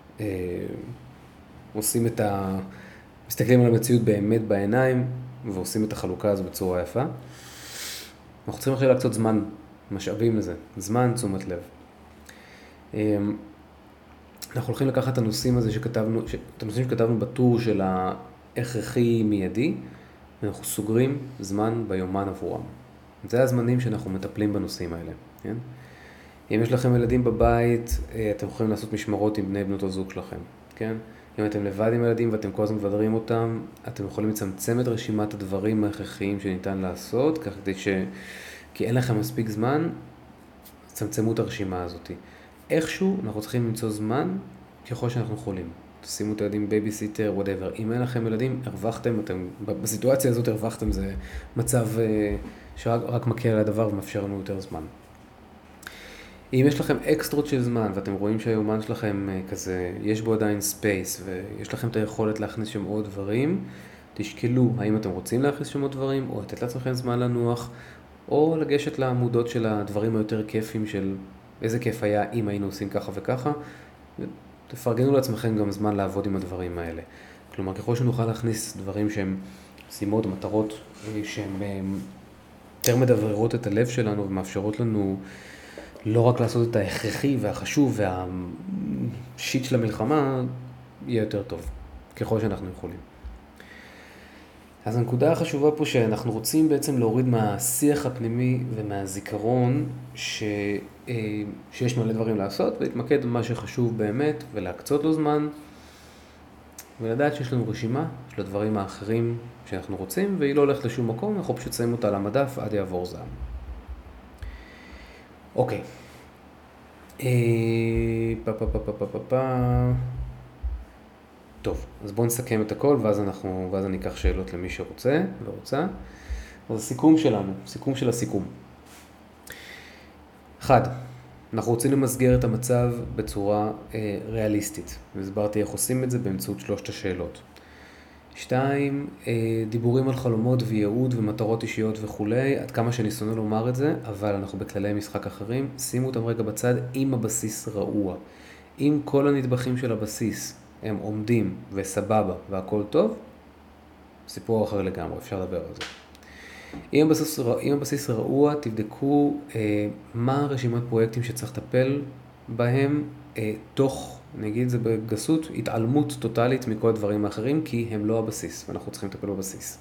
עושים מסתכלים על המציאות באמת בעיניים, ועושים את החלוקה הזו בצורה יפה. אנחנו צריכים עכשיו להקצות זמן, משאבים לזה, זמן, תשומת לב. אנחנו הולכים לקחת את הנושאים הזה את הנושאים שכתבנו בטור של ההכרחי מיידי, ואנחנו סוגרים זמן ביומן עבורם. זה הזמנים שאנחנו מטפלים בנושאים האלה, כן? אם יש לכם ילדים בבית, אתם יכולים לעשות משמרות עם בני בנות הזוג שלכם, כן? אם אתם לבד עם ילדים ואתם כל הזמן מבדרים אותם, אתם יכולים לצמצם את רשימת הדברים ההכרחיים שניתן לעשות, כי אין לכם מספיק זמן, צמצמו את הרשימה הזאת. איכשהו אנחנו צריכים למצוא זמן ככל שאנחנו יכולים. תשימו את הילדים בייביסיטר, whatever. אם אין לכם ילדים, הרווחתם, בסיטואציה הזאת הרווחתם, זה מצב שרק מקל על הדבר ומאפשר לנו יותר זמן. אם יש לכם אקסטרות של זמן ואתם רואים שהיומן שלכם כזה, יש בו עדיין ספייס ויש לכם את היכולת להכניס שם עוד דברים, תשקלו האם אתם רוצים להכניס שם עוד דברים או לתת לעצמכם זמן לנוח או לגשת לעמודות של הדברים היותר כיפים של איזה כיף היה אם היינו עושים ככה וככה. תפרגנו לעצמכם גם זמן לעבוד עם הדברים האלה. כלומר, ככל שנוכל להכניס דברים שהם שימות, מטרות שהן יותר מדבררות את הלב שלנו ומאפשרות לנו לא רק לעשות את ההכרחי והחשוב והשיט של המלחמה, יהיה יותר טוב, ככל שאנחנו יכולים. אז הנקודה החשובה פה שאנחנו רוצים בעצם להוריד מהשיח הפנימי ומהזיכרון שיש מלא דברים לעשות ולהתמקד במה שחשוב באמת ולהקצות לו זמן ולדעת שיש לנו רשימה של הדברים האחרים שאנחנו רוצים והיא לא הולכת לשום מקום, אנחנו פשוט שמים אותה על המדף עד יעבור זעם. אוקיי. טוב, אז בואו נסכם את הכל ואז אני אקח שאלות למי שרוצה ורוצה. אז הסיכום שלנו, סיכום של הסיכום. 1. אנחנו רוצים למסגר את המצב בצורה ריאליסטית. והסברתי איך עושים את זה באמצעות 3 השאלות. 2. דיבורים על חלומות וייעוד ומטרות אישיות וכולי, עד כמה שאני שונא לומר את זה, אבל אנחנו בכללי משחק אחרים, שימו אותם רגע בצד אם הבסיס רעוע. אם כל הנדבכים של הבסיס הם עומדים וסבבה והכל טוב, סיפור אחר לגמרי, אפשר לדבר על זה. אם הבסיס רעוע, תבדקו מה רשימת פרויקטים שצריך לטפל בהם, תוך, נגיד זה בגסות, התעלמות טוטלית מכל הדברים האחרים, כי הם לא הבסיס, ואנחנו צריכים לטפל בבסיס.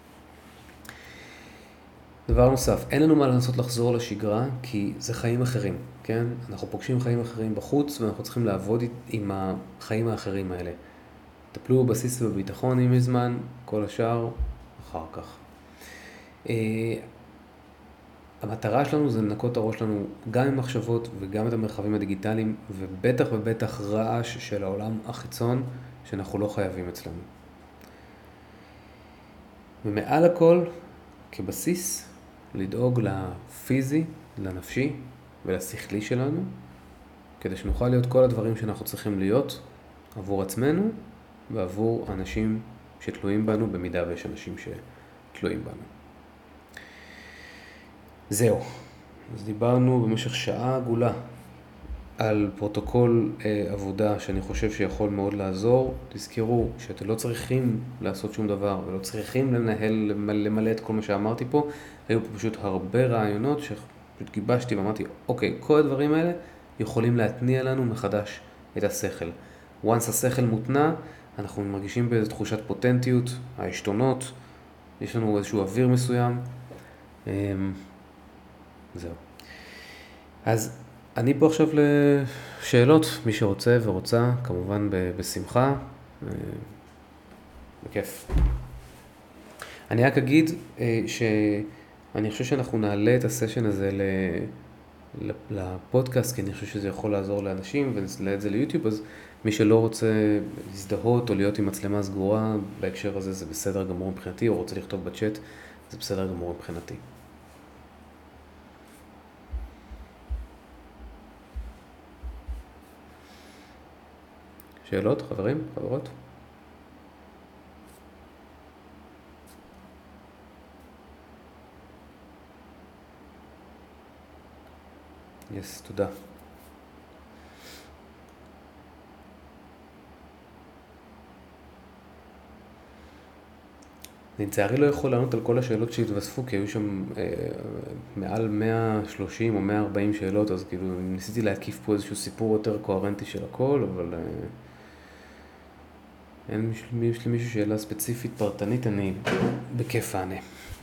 דבר נוסף, אין לנו מה לנסות לחזור לשגרה, כי זה חיים אחרים, כן? אנחנו פוגשים חיים אחרים בחוץ, ואנחנו צריכים לעבוד עם החיים האחרים האלה. טפלו בבסיס ובביטחון אם יש זמן, כל השאר אחר כך. המטרה שלנו זה לנקות את הראש שלנו גם עם מחשבות וגם את המרחבים הדיגיטליים, ובטח ובטח רעש של העולם החיצון שאנחנו לא חייבים אצלנו. ומעל הכל, כבסיס, לדאוג לפיזי, לנפשי ולשכלי שלנו, כדי שנוכל להיות כל הדברים שאנחנו צריכים להיות עבור עצמנו ועבור אנשים שתלויים בנו, במידה ויש אנשים שתלויים בנו. זהו. אז דיברנו במשך שעה עגולה על פרוטוקול עבודה שאני חושב שיכול מאוד לעזור. תזכרו שאתם לא צריכים לעשות שום דבר ולא צריכים למלא את כל מה שאמרתי פה. היו פה פשוט הרבה רעיונות שפשוט גיבשתי ואמרתי, אוקיי, כל הדברים האלה יכולים להתניע לנו מחדש את השכל. once השכל מותנע, אנחנו מרגישים באיזו תחושת פוטנטיות, העשתונות, יש לנו איזשהו אוויר מסוים. זהו. אז אני פה עכשיו לשאלות, מי שרוצה ורוצה, כמובן בשמחה, בכיף. אני רק אגיד שאני חושב שאנחנו נעלה את הסשן הזה לפודקאסט, כי אני חושב שזה יכול לעזור לאנשים, ונעלה את זה ליוטיוב, אז מי שלא רוצה להזדהות או להיות עם מצלמה סגורה, בהקשר הזה זה בסדר גמור מבחינתי, או רוצה לכתוב בצ'אט, זה בסדר גמור מבחינתי. שאלות, חברים, חברות? תודה. אני לצערי לא יכול לענות על כל השאלות שהתווספו, כי היו שם מעל 130 או 140 שאלות, אז כאילו ניסיתי להקיף פה איזשהו סיפור יותר קוהרנטי של הכל, אבל יש למישהו שאלה ספציפית פרטנית, אני בכיף אענה.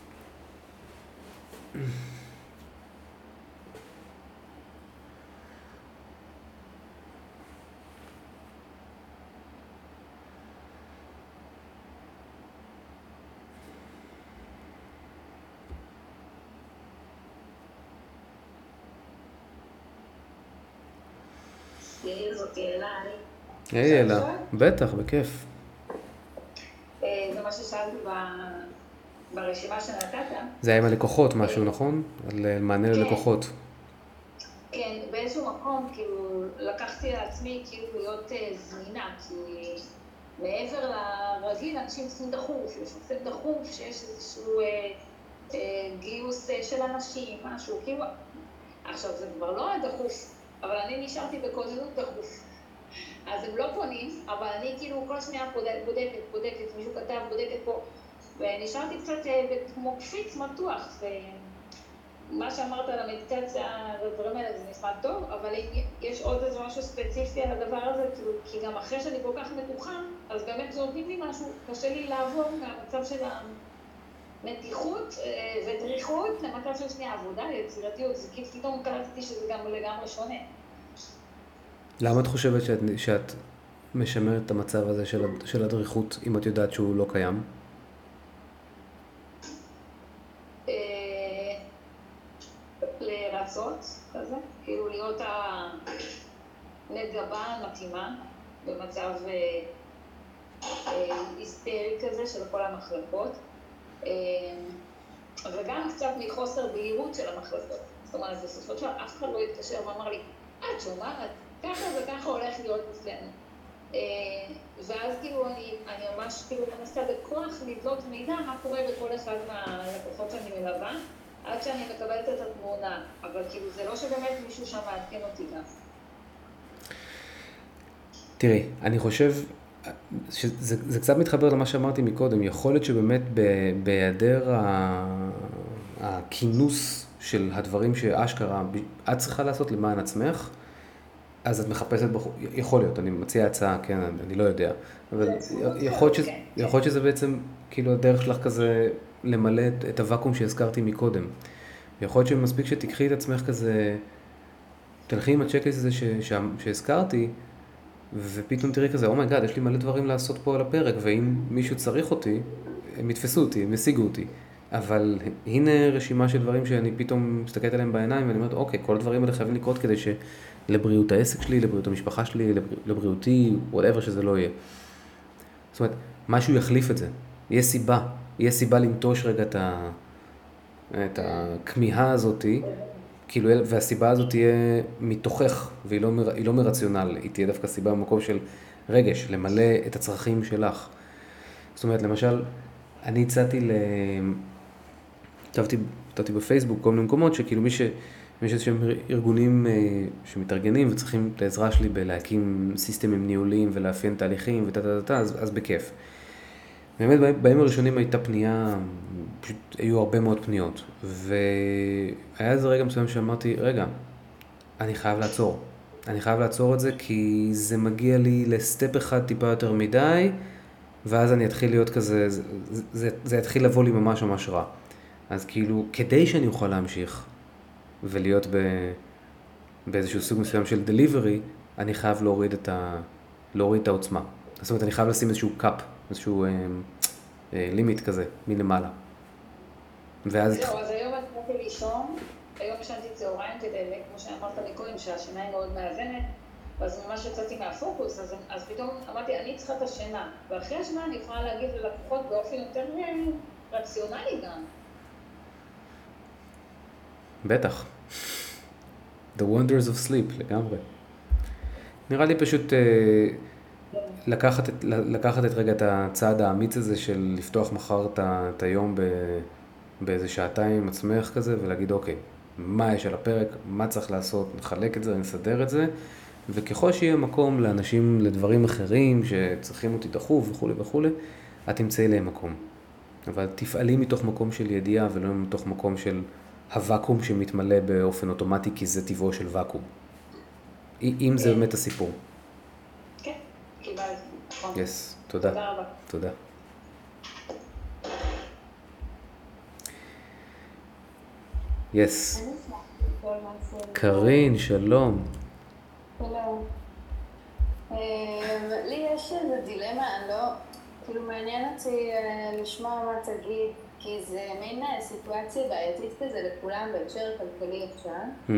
זאת אלה,
היי אלה, בטח, בכיף.
זה מה ששאלתי ברשימה שנתת.
זה היה עם הלקוחות משהו, נכון? על מענה ללקוחות.
כן, באיזשהו מקום, כאילו, לקחתי לעצמי כאילו להיות זמינה, כי מעבר לרגיל, אנשים צריכים דחוף, יש דחוף, שיש איזשהו גיוס של אנשים, משהו, כאילו, עכשיו זה כבר לא הדחוף, אבל אני נשארתי בכוננות דחוף. אז הם לא פונים, אבל אני כאילו כל שנייה בודקת, מישהו כתב, בודקת פה, ונשארתי קצת כמו קפיץ מתוח, ומה שאמרת על המדיטציה, הדברים האלה זה נשמע טוב, אבל אם יש עוד איזה משהו ספציפי על הדבר הזה, כאילו, כי גם אחרי שאני כל כך מתוחה, אז באמת זה נותנים לי משהו, קשה לי לעבור מהמצב של המתיחות ודריכות למצב של שנייה עבודה, יצירתיות, זה כאילו פתאום קלטתי שזה גם לגמרי שונה.
למה את חושבת שאת משמרת את המצב הזה של הדריכות, אם את יודעת שהוא לא קיים?
לרצות כזה, כאילו להיות הנגבה המתאימה במצב היסטרי כזה של כל המחלקות, וגם קצת מחוסר בהירות של המחלקות. זאת אומרת, בסופו של דבר אף אחד לא התקשר ואמר לי, את שומעת, ככה וככה הולך להיות אצלנו. ואז כאילו אני ממש כאילו מנסה בכוח לדלות מידע מה קורה בכל אחד מהלקוחות שאני מלווה, עד שאני מקבלת את התמונה, אבל כאילו זה לא שבאמת מישהו שם מעדכן אותי גם.
תראי, אני חושב שזה קצת מתחבר למה שאמרתי מקודם, יכול להיות שבאמת בהיעדר הכינוס של הדברים שאשכרה את צריכה לעשות למען עצמך, אז את מחפשת יכול להיות, אני מציע הצעה, כן, אני לא יודע, אבל יכול להיות שזה בעצם כאילו הדרך שלך כזה למלא את הוואקום שהזכרתי מקודם. יכול להיות שמספיק שתיקחי את עצמך כזה, תלכי עם הצ'קליסט הזה שהזכרתי, ופתאום תראי כזה, אומייגאד, יש לי מלא דברים לעשות פה על הפרק, ואם מישהו צריך אותי, הם יתפסו אותי, הם ישיגו אותי. אבל הנה רשימה של דברים שאני פתאום מסתכלת עליהם בעיניים, ואני אומרת, אוקיי, כל הדברים האלה חייבים לקרות כדי שלבריאות העסק שלי, לבריאות המשפחה שלי, לבריאותי, whatever שזה לא יהיה. זאת אומרת, משהו יחליף את זה. יהיה סיבה לנטוש רגע את הכמיהה הזאת, כאילו, והסיבה הזאת תהיה מתוכך, והיא לא מרציונל, היא תהיה דווקא סיבה במקום של רגש, למלא את הצרכים שלך. זאת אומרת, למשל, אני כתבתי בפייסבוק כל מיני מקומות שכאילו יש איזשהם ארגונים שמתארגנים וצריכים את העזרה שלי בלהקים סיסטמים ניהוליים ולאפיין תהליכים אז בכיף. באמת בימים הראשונים הייתה פנייה, פשוט היו הרבה מאוד פניות, והיה איזה רגע מסוים שאמרתי, רגע, אני חייב לעצור את זה כי זה מגיע לי לסטפ אחד טיפה יותר מדי, ואז אני אתחיל להיות כזה, זה יתחיל לבוא לי ממש ממש רע. אז כאילו, כדי שאני אוכל להמשיך ולהיות באיזשהו סוג מסוים של דליברי, אני חייב להוריד את העוצמה. זאת אומרת, אני חייב לשים איזשהו קאפ, איזשהו לימיט כזה, מלמעלה. ואז...
זהו, אז היום אני באתי לישון, היום ישנתי צהריים כדי, כמו שאמרת לי קודם, שהשינה היא מאוד מאזנת, ואז ממש יצאתי מהפוקוס, אז פתאום אמרתי, אני צריכה את השינה, ואחרי השינה אני יכולה להגיד ללקוחות באופן יותר רציונלי גם.
בטח. The wonders of sleep, לגמרי. נראה לי פשוט לקחת את רגע את הצעד האמיץ הזה של לפתוח מחר את היום באיזה שעתיים עם עצמך כזה, ולהגיד אוקיי, מה יש על הפרק, מה צריך לעשות, נחלק את זה, נסדר את זה, וככל שיהיה מקום לאנשים, לדברים אחרים שצריכים אותי דחוף וכו' וכו', את תמצאי להם מקום. אבל תפעלי מתוך מקום של ידיעה ולא מתוך מקום של הוואקום שמתמלא באופן אוטומטי, כי זה טבעו של ואקום. אם זה באמת הסיפור.
כן, קיבלתי.
יס, תודה.
תודה רבה.
תודה. יס. קרין, שלום.
שלום. לי יש איזו דילמה, אני לא, כאילו מעניין אותי לשמוע מה תגיד, כי זה מין סיטואציה בעייתית כזה לכולם בהקשר כלכלי עכשיו.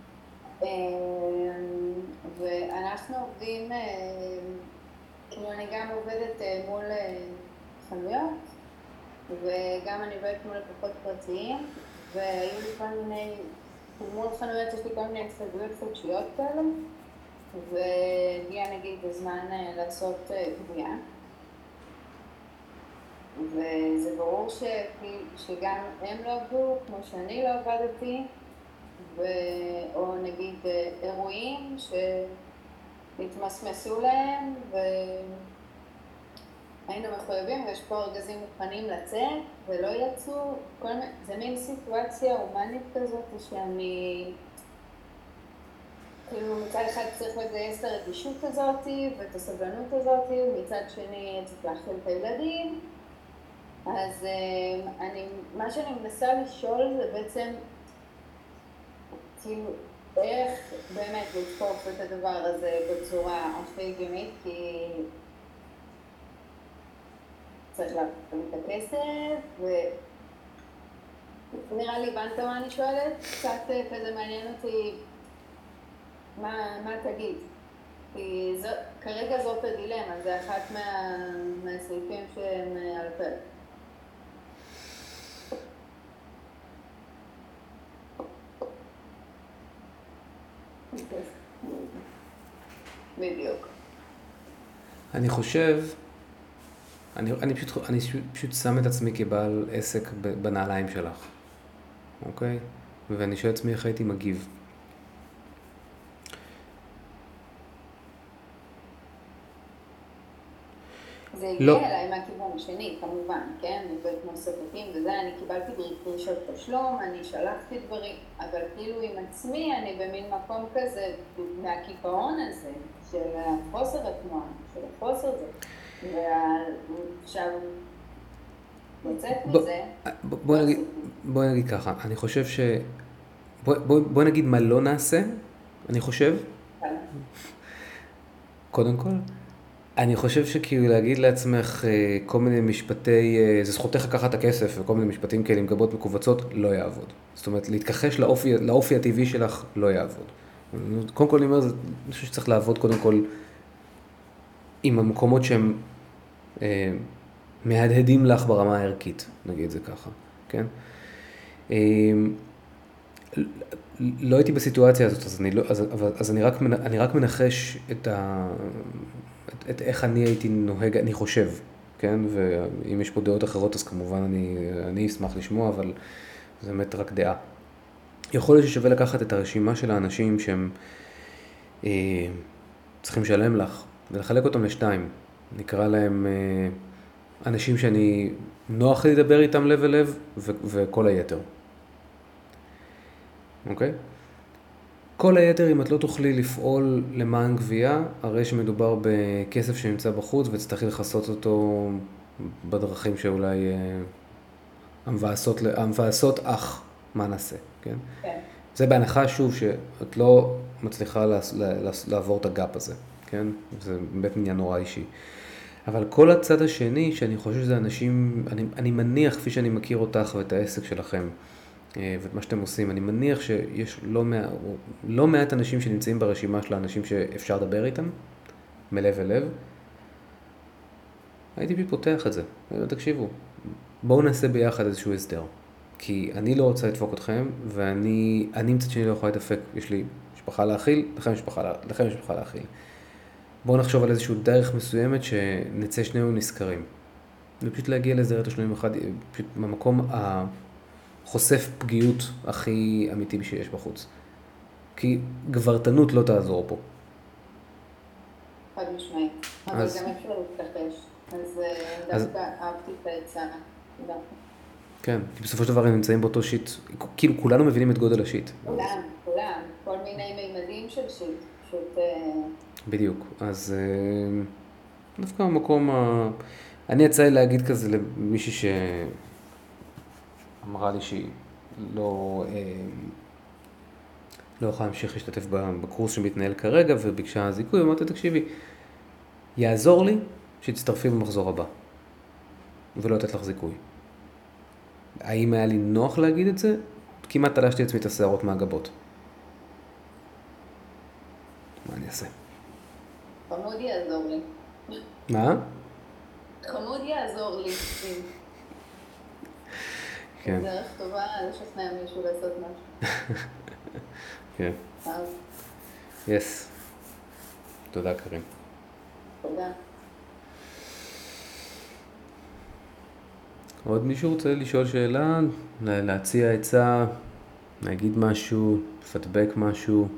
ואנחנו עובדים, כאילו אני גם עובדת מול חנויות, וגם אני עובדת מול לקוחות פרטיים, והיו לי כל מיני, מול חנויות יש לי כל מיני התחייבויות חודשיות כאלה, והגיע נגיד בזמן לעשות גבייה. וזה ברור שגם הם לא עבדו כמו שאני לא עבדתי, או נגיד אירועים שהתמסמסו להם והיינו מחויבים ויש פה ארגזים מוכנים לצאת ולא יצאו. זה מין סיטואציה הומנית כזאת שאני כאילו מצד אחד צריך לגייס את הרגישות הזאת ואת הסבלנות הזאת, מצד שני צריך להכיל את הילדים. אז מה שאני מנסה לשאול זה בעצם כאילו איך באמת לתקוף את הדבר הזה בצורה הכי הגיונית, כי צריך להביא את הכסף ונראה לי הבנת מה אני שואלת, קצת כזה מעניין אותי מה תגיד, כי כרגע זאת הדילמה, זה אחת מהסעיפים שהם על הפרק. בדיוק.
אני חושב, אני פשוט שם את עצמי כבעל עסק בנעליים שלך, אוקיי? ואני שואל את עצמי איך הייתי מגיב.
זה הגיע אליי מהכיוון השני, כמובן, כן? אני עובדת כמו ספקים וזה, אני קיבלתי דרישות תשלום, אני שלחתי דברים, אבל כאילו עם עצמי אני במין מקום כזה, מהקיפאון הזה, של החוסר התנועה, של החוסר הזה, ועכשיו לצאת מזה...
בוא נגיד ככה, אני חושב בוא נגיד מה לא נעשה, אני חושב. קודם כל. אני חושב שכאילו להגיד לעצמך כל מיני משפטי, זה זכותך לקחת את הכסף וכל מיני משפטים כאלה עם גבות מקובצות, לא יעבוד. זאת אומרת, להתכחש לאופי הטבעי שלך לא יעבוד. קודם כל אני אומר, אני חושב שצריך לעבוד קודם כל עם המקומות שהם מהדהדים לך ברמה הערכית, נגיד זה ככה, כן? לא הייתי בסיטואציה הזאת, אז אני רק מנחש את איך אני הייתי נוהג, אני חושב, כן? ואם יש פה דעות אחרות, אז כמובן אני אשמח לשמוע, אבל זה באמת רק דעה. יכול להיות ששווה לקחת את הרשימה של האנשים שהם צריכים לשלם לך, ולחלק אותם לשתיים. נקרא להם אנשים שאני נוח לי לדבר איתם לב אל לב, וכל היתר. אוקיי? כל היתר, אם את לא תוכלי לפעול למען גבייה, הרי שמדובר בכסף שנמצא בחוץ, וצריך לחסות אותו בדרכים שאולי המבאסות אך מה נעשה, כן?
כן.
זה בהנחה שוב שאת לא מצליחה לעבור את הגאפ הזה, כן? זה באמת עניין נורא אישי. אבל כל הצד השני, שאני חושב שזה אנשים, אני מניח, כפי שאני מכיר אותך ואת העסק שלכם, ואת מה שאתם עושים, אני מניח שיש לא מעט אנשים שנמצאים ברשימה של האנשים שאפשר לדבר איתם, מלב אל לב. הייתי פותח את זה. תקשיבו, בואו נעשה ביחד איזשהו הסדר. כי אני לא רוצה לדפוק אתכם, ואני מצד שני לא יכולה לדפק. יש לי משפחה להאכיל, לכם משפחה להאכיל. בואו נחשוב על איזשהו דרך מסוימת שנצא שנינו נזכרים. ופשוט להגיע להסדר תשלומים אחד, פשוט במקום חושף פגיעות הכי אמיתי שיש בחוץ. כי גברתנות לא תעזור פה.
חד משמעית. אבל גם אפשר להתכחש. אז דווקא אהבתי את העצה.
כן, כי בסופו של דבר הם נמצאים באותו שיט. כאילו כולנו מבינים את גודל השיט.
כולם. כל מיני מימדים של שיט. פשוט...
בדיוק. אז דווקא המקום אני יצא לי להגיד כזה למישהי שאמרה לי שהיא לא יכולה להמשיך להשתתף בקורס שמתנהל כרגע, וביקשה זיכוי, אמרתי, תקשיבי, יעזור לי שתצטרפי במחזור הבא, ולא לתת לך זיכוי. האם היה לי נוח להגיד את זה? כמעט תלשתי עצמי את השערות מהגבות. מה אני אעשה?
חמוד יעזור לי.
מה?
חמוד יעזור לי.
כן.
דרך טובה לשכנע מישהו לעשות משהו.
כן. יס. תודה קרין.
תודה.
עוד מישהו רוצה לשאול שאלה? להציע עצה? להגיד משהו? לפדבק משהו?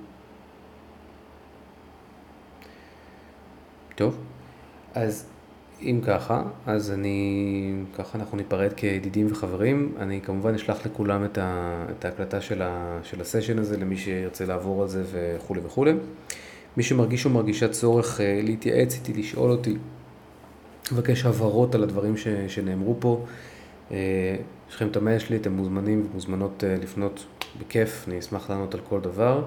טוב. אז אם ככה, ככה אנחנו ניפרד כידידים וחברים. אני כמובן אשלח לכולם את ההקלטה של הסשן הזה, למי שירצה לעבור על זה וכו' וכו'. מי שמרגיש או מרגישה צורך להתייעץ איתי, לשאול אותי, לבקש הבהרות על הדברים שנאמרו פה, יש לכם את המייל שלי, אתם מוזמנים ומוזמנות לפנות בכיף, אני אשמח לענות על כל דבר.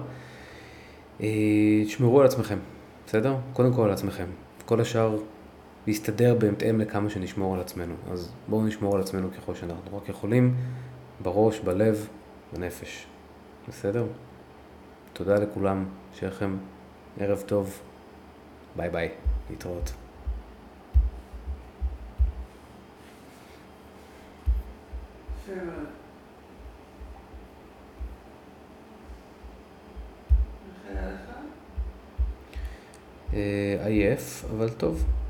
תשמרו על עצמכם, בסדר? קודם כל על עצמכם. כל השאר להסתדר בהתאם לכמה שנשמור על עצמנו. אז בואו נשמור על עצמנו ככל שאנחנו רק יכולים, בראש, בלב, בנפש. בסדר? תודה לכולם, שיהיה לכם ערב טוב. ביי ביי, להתראות. עייף, אבל טוב.